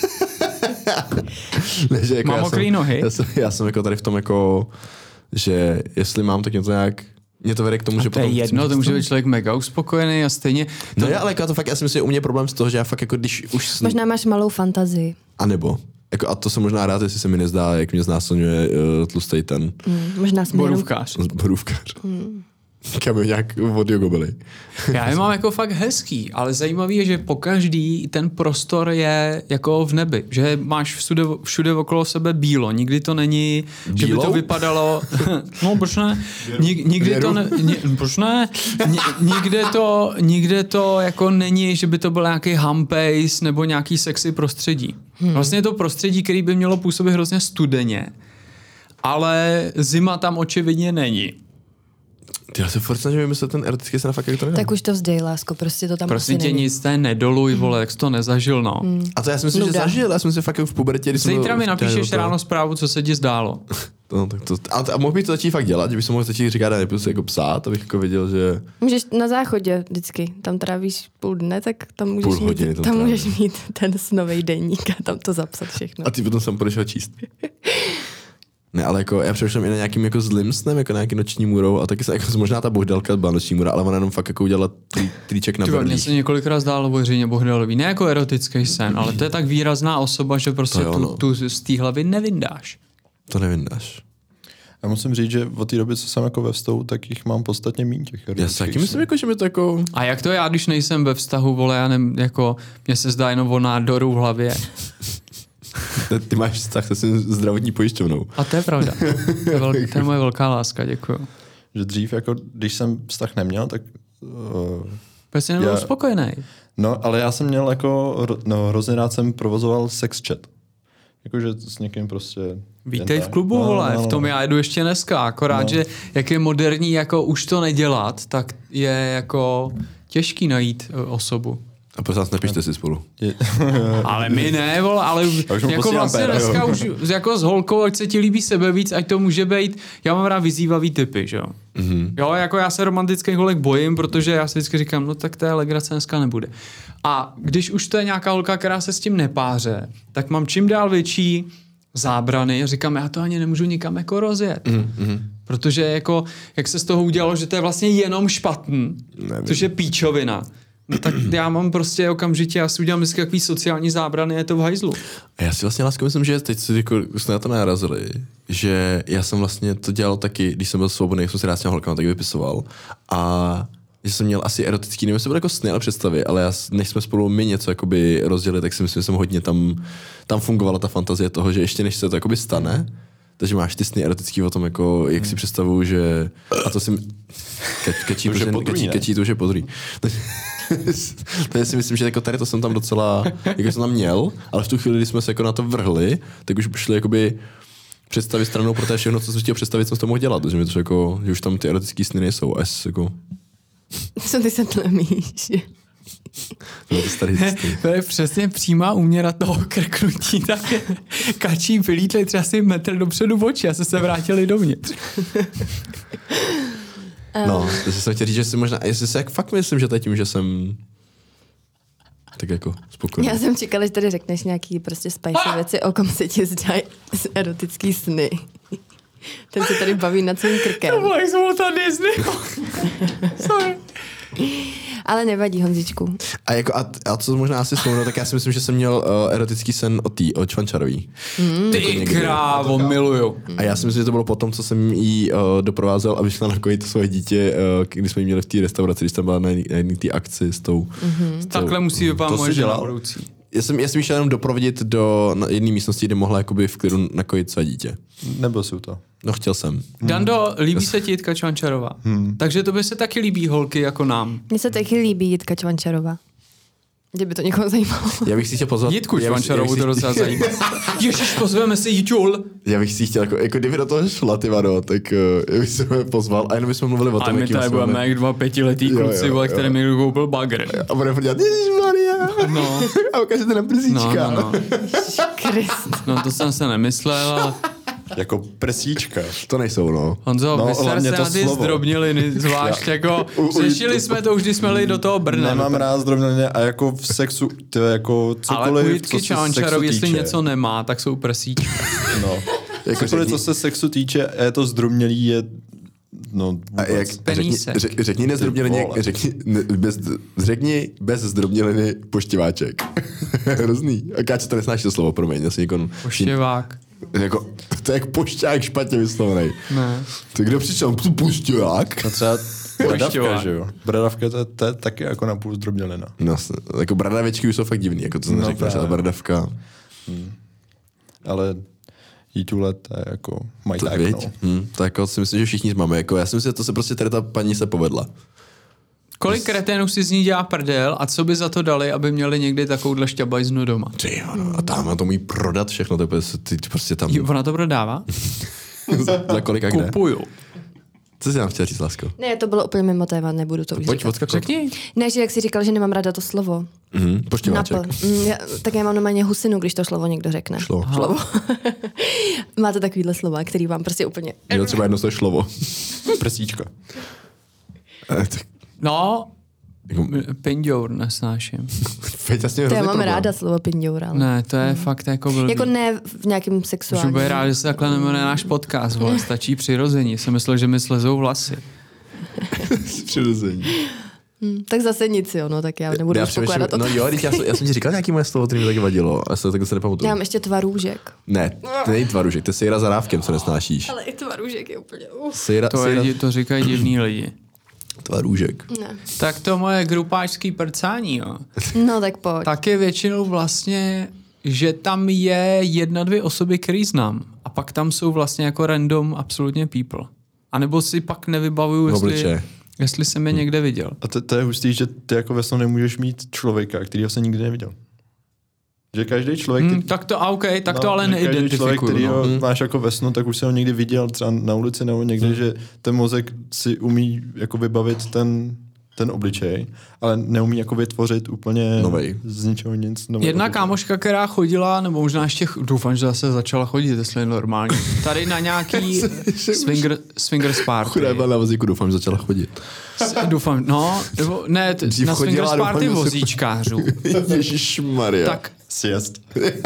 ne, že jako Mám já mokrý jsem, nohy. Já jsem, já jsem jako tady v tom jako, že jestli mám, tak mě to nějak, mě to vede k tomu, že To je potom... jedno, to může být člověk mega uspokojený a stejně... No je, ale jako já to fakt, já si myslím, že u mě je problém z toho, že já fakt jako když už... Sn... Možná máš malou fantazii. A nebo. Jako, a to jsem možná rád, jestli se mi nezdá, jak mě znásilňuje uh, tlustej ten Hmm. Možná jsme jenom... Borůvkář. borůvkář. Hmm. Kam je nějak od jogobily. Já je mám jako fakt hezký, ale zajímavý je, že pokaždý ten prostor je jako v nebi, že máš všude, všude okolo sebe bílo, nikdy to není, že by to Bílou? vypadalo, no proč ne, Nik, nikdy to ne, ni, proč ne, Ni, nikde to, nikde to jako není, že by to byl nějaký humpace nebo nějaký sexy prostředí. Vlastně je to prostředí, který by mělo působit hrozně studeně, ale zima tam očividně není. Já se furt snažím vymyslet ten erotický sen, fakt jak to nedám. Tak už to vzdej, lásko, prostě to tam Prosím asi tě, není. nic té nedoluj, vole, jak jsi to nezažil, no. A to já si myslím, Nuda. že zažil, já jsem si fakt jako v pubertě, když jsem Zítra byl- mi napíšeš to- ráno zprávu, co se ti zdálo. No, tak to, a, a mohl bych to začít fakt dělat, že bych se mohl začít říkat, ne, prostě jako psát, abych jako věděl, že... Můžeš na záchodě vždycky, tam trávíš půl dne, tak tam můžeš, Půl hodiny mít, tam tam trávím. můžeš mít ten snovej deník a tam to zapsat všechno. A ty potom jsem podešel číst. Ne, ale jako já přemýšlím i na nějakým jako zlým snem, jako na nějaký noční můrou a taky se jako možná ta bohdelka byla noční můra, ale ona jenom fakt jako udělala trý, trýček na Tyba, mně berlích. se několikrát zdálo Bohřině Bohdalový, ne jako erotický sen, ale to je tak výrazná osoba, že prostě To jo, tu, no. tu z té hlavy nevyndáš. To nevyndáš. Já musím říct, že od té doby, co jsem jako ve vztahu, tak jich mám podstatně méně těch Já si erotických taky myslím, snů. jako, že mi to jako... A jak to já, když nejsem ve vztahu, vole, já nem, jako, mně se zdá jenom o nádoru v hlavě. Ty máš vztah se svým zdravotní pojišťovnou. A to je pravda. To je, velk, to je moje velká láska, děkuju. Že dřív, jako, když jsem vztah neměl, tak... Uh, Prostě nebyl Já- spokojený. no, ale já jsem měl jako... ro- No, hrozně rád jsem provozoval sex chat. Jakože s někým prostě... Vítej jen v tak. klubu, No, vole, no, no. v tom já jedu ještě dneska, akorát, No. že jak je moderní jako už to nedělat, tak je jako těžký najít uh, osobu. A prosím vás, nepište si spolu. Je- Ale my ne, vole, ale Já už mu jako posílám vlastně péra, dneska jo. už jako s holkou, ať se ti líbí sebe víc, ať to může být, já mám rád vyzývavý typy, že jo. Mm-hmm. Jo, jako já se romantických holek bojím, protože já si vždycky říkám, no tak té legrace dneska nebude. A když už to je nějaká holka, která se s tím nepáře, tak mám čím dál větší zábrany, říkám, já to ani nemůžu nikam jako rozjet. Mm-hmm. Protože jako, jak se z toho udělalo, že to je vlastně jenom špatný, Nevím. což je píčovina. No tak já mám prostě okamžitě, já si udělám vždycky takový sociální zábrany, je to v hajzlu. A já si vlastně lásko myslím, že teď si jako, jsme na to narazili, že já jsem vlastně to dělal taky, když jsem byl svobodný, jak jsem si rád s těma holkama taky vypisoval a že jsem měl asi erotický, nevím, jestli to bylo jako sny, ale představy, ale já, než jsme spolu my něco jakoby rozdělili, tak si myslím, že jsem hodně tam, tam fungovala ta fantazie toho, že ještě než se to jakoby stane, takže máš ty sny erotický o tom, jako, jak si představuju, že... A to si... Ke, kečí, To už je protože- podruhý, kečí, ne? kečí, to už je podruhý. Takže si myslím, že jako tady to jsem tam docela... Jako jsem tam měl, ale v tu chvíli, kdy jsme se jako na to vrhli, tak už šli jakoby představit stranou pro to všechno, co jsem chtěl představit, co jsem to mohl dělat. Takže mi to jako, že už tam ty erotický sny nejsou. A jsi jako... Co ty se tlemíš? No, ty starý sny. To je přesně přímá úměra toho krknutí, tak kačí vylítli třeba si metr dopředu v oči a se se vrátili dovnitř. No, takže jsem chtěl říct, že si možná, jestli se jak fakt myslím, že to je tím, že jsem tak jako spokojený. Já jsem čekala, že tady řekneš nějaký prostě spicy věci, o kom se ti zdají erotický sny. Ten se tady baví nad svým krkem. To bylo jak jsem ta Disney. Sorry. Ale nevadí, Honzičku. A, jako, a, a co možná asi vzpomínal, tak já si myslím, že jsem měl uh, erotický sen od tý, od Čvančarový. Mm. Ty krávo, miluju. A já si myslím, že to bylo potom, co jsem jí uh, doprovázel a vyšla na to svoje dítě, uh, když jsme jí měli v té restauraci, když tam byla na jedné té akci s tou... Mm-hmm. S tou Takhle musí vypadat moje žena dělal. budoucí. Já jsem, já jsem jí šel jenom doprovodit do jedné místnosti, kde mohla jakoby v klidu nakojit své dítě. Nebyl jsi u toho. No chtěl jsem. Dando, líbí se ti Jitka Čvančarová. Hmm. Takže to by se taky líbí holky jako nám. Mně se taky líbí Jitka Čvančarová. Kdyby to někoho zajímalo. Já bych si chtěl pozvat... Jitku já bych- Čvančarovou já to bych si- docela zajímá. Ježiš, pozveme si Jitul. Já bych si chtěl, jako, jako kdyby do toho šla, ty vado, tak uh, já bych se ho pozval a jenom bychom mluvili o A tom, my jaký tady jsme budeme měli- jak dva pětiletý Jo, kluci, jo, vole, jo. který mi koupil bagr. A budeme dělat, ježišmarja. No. A ukážete na No, prsíčka. no, no. Krist. No to jsem se nemyslel, ale Jako prsíčka. To nejsou, no. Honzo, No, vyser hlavně se to na ty slovo. zdrobněliny, zvlášť jako, U- u- řešili jsme to už, když jsme jeli do toho Brna. Nemám rád zdrobněně a jako v sexu, to je jako Ale cokoliv, u co Jitky se Čvančarov, sexu jestli týče. něco nemá, tak jsou prsíčky. No. Jako Cokoliv, řekni- co se sexu týče, a je to zdrobnělý, je no A vůbec. jak, řekni, Penísek. řek, řekni nezdrobněleně, vole. řekni, ne, bez, řekni bez zdrobněliny poštěváček. Hrozný. A Káče to nesnáší to slovo, promiň. Já si někoho, Poštěvák. jako, to je jak pošťák špatně vyslovený. Ne. Tak kdo přišel? Pošťák? No třeba bradavka, Pošťovák. že jo? Bradavka to je, to je taky jako napůl zdrobnělina. No, jako bradavičky už jsou fakt divný, jako to jsem No neřekl, právě. ale bradavka. Ale jítule to je jako To, majták, věď? no. Hm, to jako si myslím, že všichni máme. Jako, já si myslím, že to se prostě tady ta paní se povedla. Kolik kreténů si z ní dělá prdel a co by za to dali, aby měli někdy takovouhle šťabajznu doma? Ty, jo, no, a tam to umí prodat všechno, to je ty prostě tam. Jo, ona to prodává? za, za kolik a kde? Kupuju. Co jsi nám chtěl říct, lásko? Ne, to bylo úplně mimo téma, nebudu to už Pojď, říkat. odskakovat. Řekni. Ne, že jak jsi říkal, že nemám ráda to slovo. Mhm, poštěváček. Napl. Mm, já, tak já mám normálně husinu, když to slovo někdo řekne. Šlo. Slovo. Máte takovýhle slova, který vám prostě úplně... Měl třeba jedno to slovo. Prsíčka. Eh, tak, No, jako, pinďour nesnáším. Veď jasně To já hrozný mám problém. ráda slovo pinďoura. ale- Ne, to je fakt jako blbý. Jako ne v nějakém Už sexuálním. bude rád, že se takhle nemenuje náš podcast, vole, stačí přirození. Jsem myslel, že mi slezou vlasy. Přirození. Hm, tak zase nic, jo, no, tak já nebudu Já už pokládat no jo, teď já, jsem- já jsem ti říkal nějaký moje slovo, který mi taky vadilo, a se takhle se nepamatuju. Já mám ještě tvarůžek. Ne, to není tvaružek, to je sejra za rávkem, co nesnášíš. Ale i tvarůžek je úplně... Uf. Sejra, To, sejra, je, to říkají divní lidi. tvarůžek. Ne. Tak to moje grupáčský prcání, jo. No tak pojď. Tak je většinou vlastně, že tam je jedna, dvě osoby, který znám. A pak tam jsou vlastně jako random absolutně people. A nebo si pak nevybavuju, jestli, Obličeje. jestli jsem je někde viděl. A to, to je hustý, že ty jako ve snu nemůžeš mít člověka, kterýho se nikdy neviděl. Že každý člověk... Hmm, ty- tak to, a OK, tak to ale že každý člověk, neidentifikuju. který No. ho máš jako ve snu, tak už se ho někdy viděl třeba na ulici nebo někde, Hmm. že ten mozek si umí jako vybavit ten, ten obličej, ale neumí jako vytvořit úplně Novej. z ničeho nic. nový Jedna obličej. kámoška, která chodila, nebo možná ještě, ch- doufám, že zase začala chodit, jestli je normální, tady na nějaký swinger, swingers party. Chudá byla na vozíku, doufám, že začala chodit. S- Doufám, no, nebo ne, t- Dřív na chodila, swingers doufám, party že se- vozíčkářů. Ježišmarja. Tak, Siest.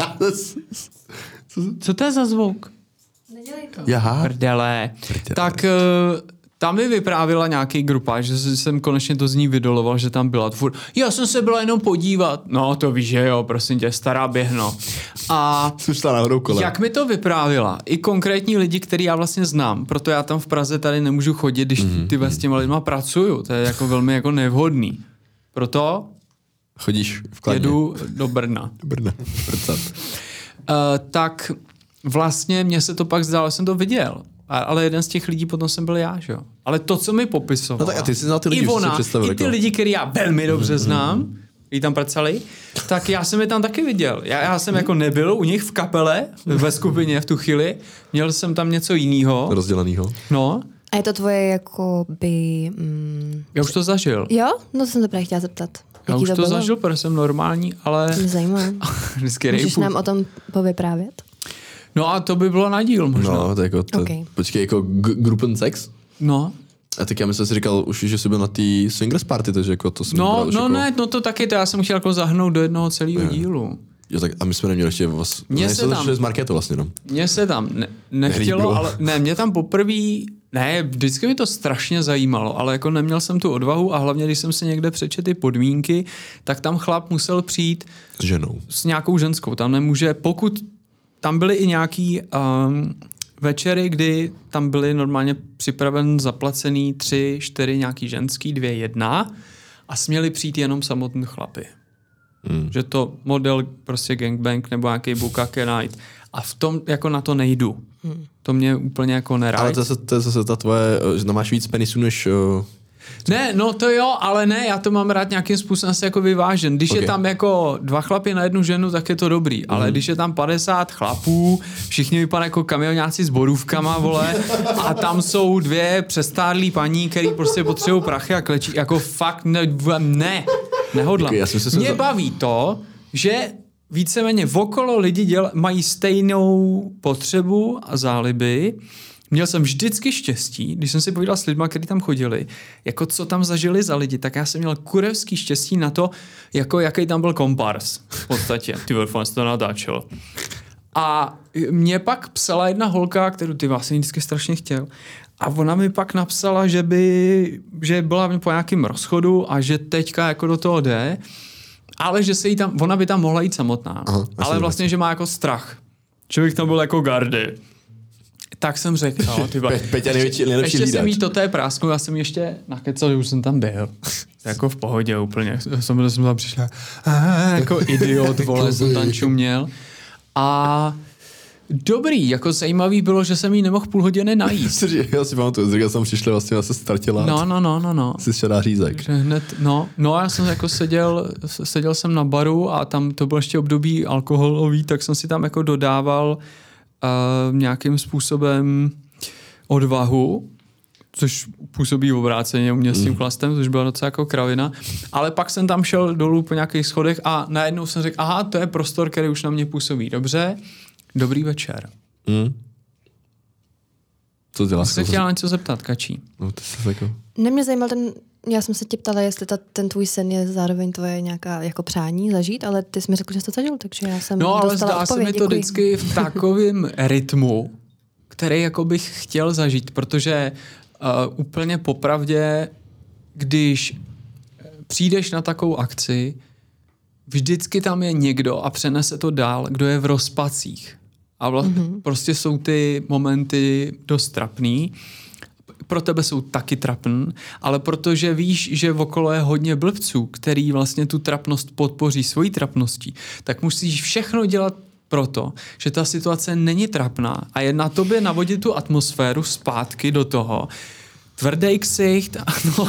co to je za zvuk? Jaha. Prdele. Tak eh, tam mi vyprávila nějaký grupa, že jsem konečně to z ní vydoloval, že tam byla. Furt, já jsem se byla jenom podívat. No, to víš, že jo, prosím tě, stará běhno. A Jsem šla náhodou kolem. jak mi to vyprávila, i konkrétní lidi, který já vlastně znám, proto já tam v Praze tady nemůžu chodit, když Mhm. ty s těma lidma pracuju, to je jako velmi jako nevhodný. Proto Chodíš v Kladně. jedu do Brna. Brna. Prcat. Uh, tak vlastně mně se to pak zdálo, jsem to viděl. A, ale jeden z těch lidí potom jsem byl já, že jo. Ale to, co mi popisoval. No tak a ty jsi znal ty lidi, i už jsi si ona, představil, i ty jako. lidi, který já velmi dobře znám, kteří tam pracovali, tak já jsem je tam taky viděl. Já, já jsem jako nebyl u nich v kapele, ve skupině v tu chvíli. Měl jsem tam něco jiného. Rozdělanýho. No, A je to tvoje jako by... Mm, já už to zažil. jo? No to jsem to právě chtěla zeptat. Já Jaký už to, bylo? zažil, protože jsem normální, ale Mě zajímá. vždycky Můžeš rejpu. nám o tom povyprávět? No a to by bylo na díl možná. No, to je jako, to, Ok. počkej, jako g- gruppen sex? No, A tak já myslím, že jsi říkal už, že jsi byl na té swingers party, takže jako to jsem No, no jako... ne, no to taky, to já jsem chtěl jako zahrnout do jednoho celého Je. dílu. Jo, tak a my jsme neměli ještě vás... Mně se tam... z Marketu vlastně, no. Mně se tam ne, nechtělo, Nelíbilo. ale ne, mě tam poprvé, ne, vždycky mi to strašně zajímalo, ale jako neměl jsem tu odvahu a hlavně, když jsem si někde přečetl ty podmínky, tak tam chlap musel přijít S ženou. s nějakou ženskou. Tam nemůže, pokud tam byly i nějaký um, večery, kdy tam byly normálně připraven zaplacený tři, čtyři nějaký ženský, dvě, jedna a směli přijít jenom samotný chlapy. Hmm. Že to model prostě gangbang nebo nějaký bukake night. A v tom jako na to nejdu. Hmm. To mě úplně jako nerád. Ale to je, to je zase ta tvoje, že tam máš víc penisů než... Uh... Ne, no to jo, ale ne, já to mám rád nějakým způsobem asi jako vyvážen. Když okay. je tam jako dva chlapy na jednu ženu, tak je to dobrý, mm. ale když je tam padesát chlapů, všichni vypadají jako kamionáci s borůvkama, vole, a tam jsou dvě přestárlí paní, který prostě potřebují prachy a klečí, jako fakt ne, ne nehodlám. Okay, Mě za... baví to, že víceméně okolo lidi děl, mají stejnou potřebu a záliby. Měl jsem vždycky štěstí, když jsem si povídal s lidma, kteří tam chodili, jako co tam zažili za lidi, tak já jsem měl kurevský štěstí na to, jako jaký tam byl kompars v podstatě. Ty velfan to natáčel. A mě pak psala jedna holka, kterou ty vlastně vždycky strašně chtěl. A ona mi pak napsala, že by, že byla po nějakém rozchodu a že teďka jako do toho jde, ale že se jí tam, ona by tam mohla jít samotná. Aha, ale vlastně, že má jako strach. Že bych tam byl jako gardy. Tak jsem řekl, no, ty Pe- Peťa největší, nejlepší ještě lídač. jsem jí to té prásknu, já jsem ještě nakecal, že už jsem tam byl. Jako v pohodě úplně. Jsem, jsem tam přišel jako idiot, vole, jsem tam čuměl. A dobrý, jako zajímavý bylo, že jsem jí nemohl půl hodiny najít. Já si pamatuju, říkal jsem přišel, vlastně se ztratila. No, no, no, no, no. Jsi šedá řízek. Že hned, no, no, já jsem jako seděl, seděl jsem na baru a tam to bylo ještě období alkoholový, tak jsem si tam jako dodával Uh, nějakým způsobem odvahu, což působí obráceně u mě s tím mm. chlastem, což byla docela jako kravina. Ale pak jsem tam šel dolů po nějakých schodech a najednou jsem řekl, aha, to je prostor, který už na mě působí dobře. Dobrý večer. Mm. Co děláš? Jsi se chtěla něco zeptat, Kačí? No, to se jako... Ne, mě zajímal ten, já jsem se tě ptala, jestli ta, ten tvůj sen je zároveň tvoje nějaká jako přání zažít, ale ty jsi mi řekl, že jsi to zažil, takže já jsem No, ale zdá odpověď, se mi to děkuji. vždycky v takovém rytmu, který jako bych chtěl zažít, protože uh, úplně popravdě, když přijdeš na takovou akci, vždycky tam je někdo a přenese to dál, kdo je v rozpacích. A vla- mm-hmm. prostě jsou ty momenty dost trapný. Pro tebe jsou taky trapný, ale protože víš, že okolo je hodně blbců, který vlastně tu trapnost podpoří svojí trapností, tak musíš všechno dělat proto, že ta situace není trapná a je na tobě navodit tu atmosféru zpátky do toho. Tvrdý ksicht, ano,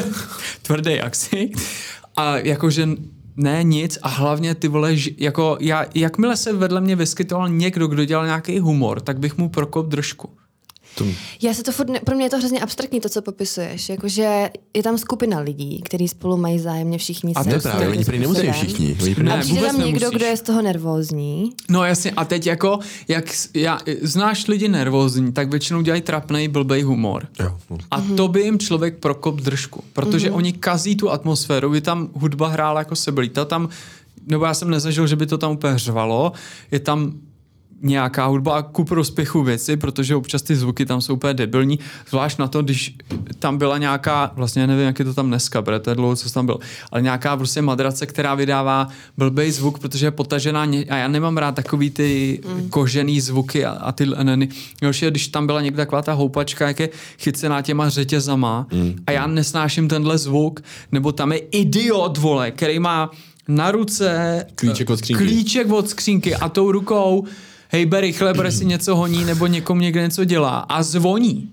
tvrdý jak ksicht a jakože ne nic a hlavně ty vole, jako já, jakmile se vedle mě vyskytoval někdo, kdo dělal nějaký humor, tak bych mu prokop držku. Tom. Já se to furt, ne, pro mě je to hrozně abstraktní, to, co popisuješ. Jakože je tam skupina lidí, kteří spolu mají zájemně všichni. A to je právě, oni prý nemusí všichni. Oni prý a přijde tam někdo, nemusíš. kdo je z toho nervózní. No jasně, a teď jako, jak já, znáš lidi nervózní, tak většinou dělají trapnej, blbej humor. Jo, no. A to by jim člověk prokop držku, protože mm-hmm. oni kazí tu atmosféru, by tam hudba hrála jako sebelíta, tam, nebo já jsem nezažil, že by to tam úplně řvalo, je tam nějaká hudba ku prospěchu věci, protože občas ty zvuky tam jsou úplně debilní, zvlášť na to, když tam byla nějaká, vlastně nevím, jak je to tam dneska, protože to je dlouho, co tam byl, ale nějaká prostě madrace, která vydává blbej zvuk, protože je potažená a já nemám rád takový ty mm. kožený zvuky a, a ty neny. Još je, když tam byla někde taková ta houpačka, jak je chycená těma řetězama mm. a já nesnáším tenhle zvuk, nebo tam je idiot, vole, který má na ruce klíček od skřínky, klíček od skřínky a tou rukou hej, ber rychle, protože si něco honí, nebo někomu někde něco dělá a zvoní.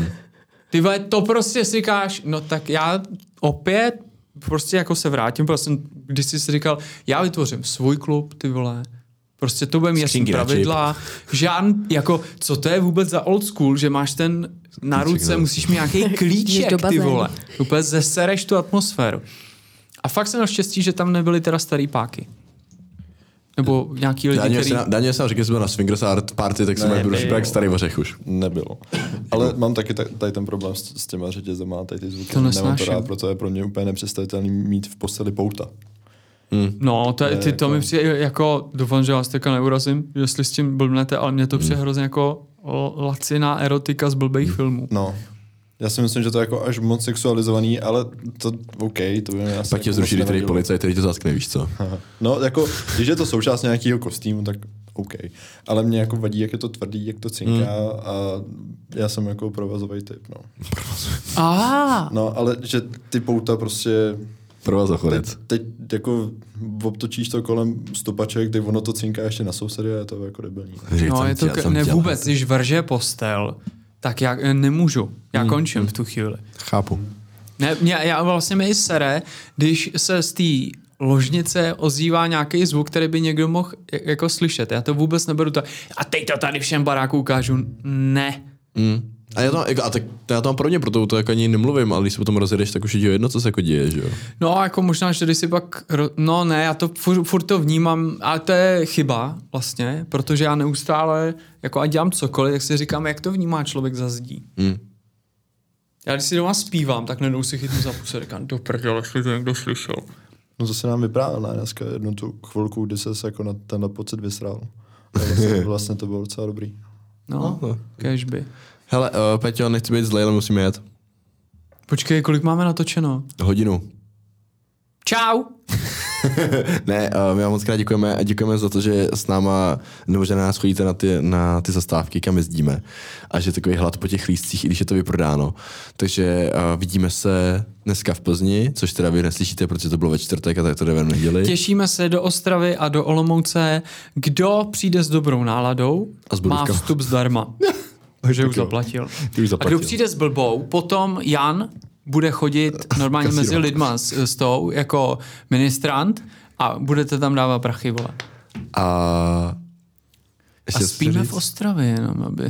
Ty vole, to prostě si říkáš, no tak já opět prostě jako se vrátím, protože jsem, když jsi si říkal, já vytvořím svůj klub, ty vole, prostě to bude mít jasný pravidla, žádný, jako, co to je vůbec za old school, že máš ten na ruce, musíš mít nějaký klíček, ty vole, úplně zesereš tu atmosféru. A fakt jsem měl štěstí, že tam nebyly teda starý páky. Nebo nějaký lidi, Daniel, který... který... Daniel jsem řekl, že jsme byl na Swingers Art Party, tak jsem byl už jak starý ořech už. Nebylo. Ale mám taky tady ten problém s, s těma řetězema, tady ty zvuky. To Nemám to nesnáším. rád, proto je pro mě úplně nepředstavitelný mít v posteli pouta. Hmm. No, to, je, ty, to jako- mi přijde jako, doufám, že vás teďka neurazím, jestli s tím blbnete, ale mně to přijde hrozně jako l- laciná erotika z blbých filmů. No. Já si myslím, že to je jako až moc sexualizovaný, ale to OK, to by mě asi Pak tě jako zruší moc tady nevadilo. policajt, který tě zaskne, víš co? Aha. No, jako, když je to součást nějakého kostýmu, tak OK. Ale mě jako vadí, jak je to tvrdý, jak to cinká a já jsem jako provazový typ, no. Ah, No, ale že ty pouta prostě... Provazochodec. Teď, teď jako obtočíš to kolem stopaček, teď ono to cinká ještě na sousedy a je to jako debilní. no je to, k- ne vůbec, když vrže postel, tak já eh, nemůžu, já Hmm. končím v tu chvíli. Chápu. Ne, mě, já vlastně mi i sere, když se z té ložnice ozývá nějaký zvuk, který by někdo mohl j- jako slyšet. Já to vůbec neberu to. A teď to tady všem baráku ukážu. Ne. Mm. A já to, jako, a tak, já to mám pro ně, proto to jako ani nemluvím, ale když se potom rozjedeš, tak už je ti jedno, co se jako děje, že jo? No jako možná, že když si pak, ro- no ne, já to furt, furt to vnímám, ale to je chyba vlastně, protože já neustále, jako ať dělám cokoliv, tak si říkám, jak to vnímá člověk za zdí. Mm. Já když si doma zpívám, tak najednou si chytnu za pusu a říkám, do prdele, jestli to někdo slyšel. No to se nám vyprávěl ne, dneska jednu tu chvilku, kdy ses jako na tenhle pocit vysrál. A vlastně, vlastně to bylo docela dobrý. No, No. kežby. Hele, uh, Peťo, nechci být zlej, ale musíme jet. Počkej, kolik máme natočeno? Hodinu. Čau! Ne, uh, my vám moc krát děkujeme a děkujeme za to, že s náma, nebo že na nás chodíte na ty, na ty zastávky, kam jezdíme a že je takový hlad po těch lístcích, i když je to vyprodáno. Takže uh, vidíme se dneska v Plzni, což teda vy neslyšíte, protože to bylo ve čtvrtek a tak to jde v neděli. Těšíme se do Ostravy a do Olomouce. Kdo přijde s dobrou náladou, A s má bodůvkama. vstup zdarma. Takže už jo. zaplatil. Ty už A zaplatil. kdo přijde s blbou, potom Jan bude chodit normálně Kasírovat. mezi lidma s, s tou jako ministrant a budete tam dávat prachy, vole. A, A ještě chci spíme říct- v Ostravě jenom, aby...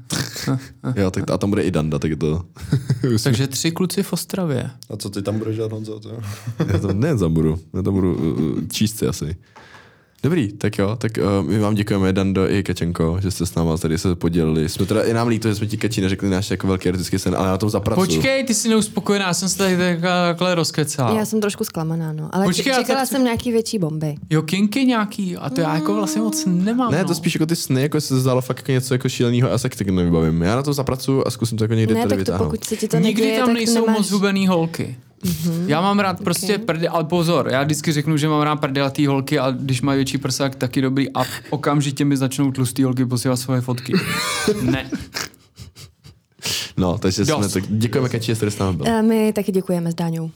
Jo, tak a tam bude i Danda, tak je to... Takže tři kluci v Ostravě. A co ty tam budeš dělat, Honzo? To? Já tam ne tam budu, já tam budu uh, číst si asi. Dobrý, tak jo, tak uh, my vám děkujeme, Dando i Kačenko, že jste s náma tady se podělili. Jsme teda i nám líto, že jsme ti Kači neřekli náš jako velký erotický sen, ale já na tom zapracuju. Počkej, ty jsi neuspokojená, já jsem se tady takhle rozkecal. Já jsem trošku zklamaná, no. Ale Počkej, Počkej, ale čekala tak- jsem nějaký větší bomby. Jo, kinky nějaký, a to já jako vlastně moc nemám. Ne, no. to spíš jako ty sny, jako se zdálo fakt jako něco jako šíleného, já se taky nevybavím. Já na to zapracuju a zkusím to jako někdy Ne, tady tak to vytáhnout. pokud se ti to Nikdy neděje, tam tak nejsou nemáš... moc hubený holky. Mm-hmm. Já mám rád prostě Ok. prdy, ale pozor, já vždycky řeknu, že mám rád prdelatý holky a když mají větší prsa, tak taky dobrý a okamžitě mi začnou tlustý holky posílat svoje fotky. Ne. No, takže Dost. jsme tak, děkujeme Kači, že jste s námi byl. A my taky děkujeme s Dáňou.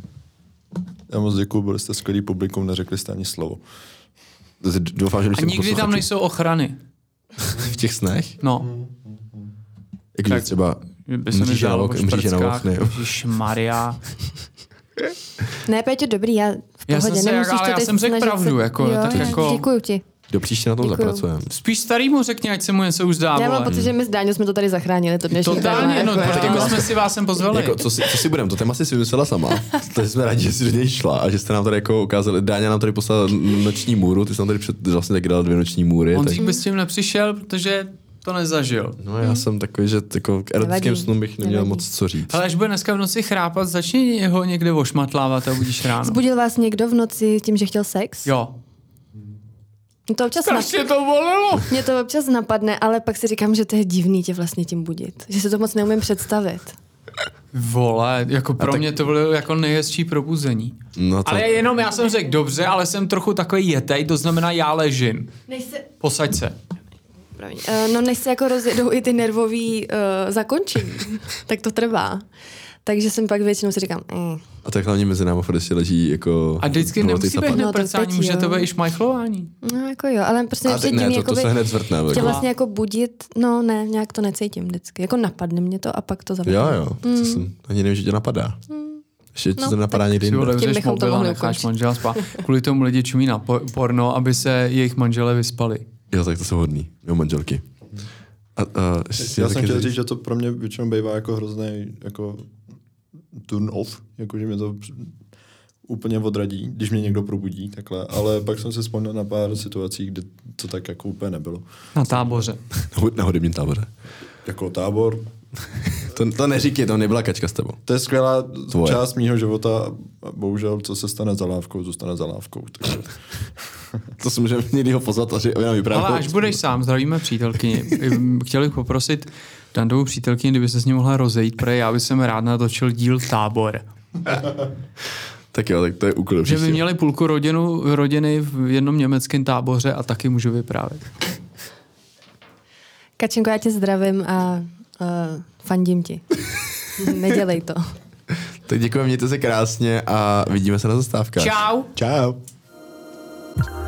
Já moc děkuju, byli jste skvělý publikum, neřekli jste ani slovo. Doufám, že A nikdy tam nejsou ochrany. v těch snech. No. Jak Tak- třeba By se mi mříže na zdálo ok- o mříže na šprckách. okny, jo. Ježišmarja. Ne, Péťo, dobrý, já v Já pohodě, jsem se- nemusíš ale to já teď jsem řekl snažit pravdu, se... jako, jo, tak já jako- Děkuju ti. Do příště na tom Děkuju. zapracujeme. Spíš starýmu řekni, ať se mu něco už dá, Já mám vole. pocit, že my s Dáňou jsme to tady zachránili, to dnešní Totálně, téma, no, jako, protože jo. my jsme si vás sem pozvali. Jako, co, si, co si budeme, to téma si vymyslela sama. Takže jsme rádi, že jsi do něj šla a že jste nám tady jako ukázali. Dáňa nám tady poslala noční můru, ty jsi nám tady před, vlastně taky dala dvě noční můry. On Tak, by s tím nepřišel, protože to nezažil. no já jsem takový, že jako k erotickým Nevadí, snům bych neměl nevadí. moc co říct. Ale až bude dneska v noci chrápat, začni ho někde ošmatlávat a budíš ráno. Zbudil vás někdo v noci tím, že chtěl sex? Jo. Mě to občas, nap... Strašně to bolelo. Mě to občas napadne, ale pak si říkám, že to je divný tě vlastně tím budit. Že se to moc neumím představit. Vole, jako pro tak- mě to bylo jako nejhezčí probuzení. No to, Ale jenom já jsem řekl, dobře, ale jsem trochu takový jetej, to znamená já ležím. Než se... Posaď se. Promiň. Uh, no než se jako rozjedou i ty nervový uh, zakončení, tak to trvá. Takže jsem pak většinou si říkám, eh. a tak hlavně mezi námi furt ještě leží jako... A vždycky dlouhý nemusí být zapad. hned No, to prcání, teď může jo. to být i šmajchlování. No jako jo, ale prostě A ještě tak ne, divný, to, to jakoby, se hned zvrtne. tě Jako. vlastně jako budit, no ne, nějak to necítím vždycky. Jako napadne mě to a pak to zavrne. Jo, jo, mm. to jsem, ani nevím, že tě napadá. Ještě No, to napadá někdy Si jinde. otevřeš bychom to mobil a mohli necháš ukončit. manžela spát. Kvůli tomu lidi čumí na po- porno, aby se jejich manžele vyspali. Jo, tak to jsou hodný, jo, manželky. A, a, Já jsem chtěl říct, že to pro mě většinou bývá jako hrozný jako turn off, jakože mě to úplně odradí, když mě někdo probudí, takhle, ale pak jsem se vzpomněl na pár situací, kde to tak jako úplně nebylo. Na táboře. Na hudebním táboře. Jako tábor. To, to neříkej, to nebyla kačka s tebou. To je skvělá Tvoje. část mýho života a bohužel, co se stane za lávkou, zůstane za lávkou. Takže... To si můžeme někdy ho pozvat a že nám vyprávět. Ale až budeš sám, zdravíme přítelkyni. Chtěl bych poprosit Dandovou přítelkyni, kdyby se s ní mohla rozejít, protože já bych jsem rád natočil díl Tábor. Tak jo, tak to je úkol. Že by měli půlku rodinu, rodiny v jednom německém táboře a taky můžu vyprávět. Kačenko, já tě zdravím a uh, fandím ti. Nedělej to. Tak děkujeme, mějte se krásně a vidíme se na zastávkách. Čau. Čau.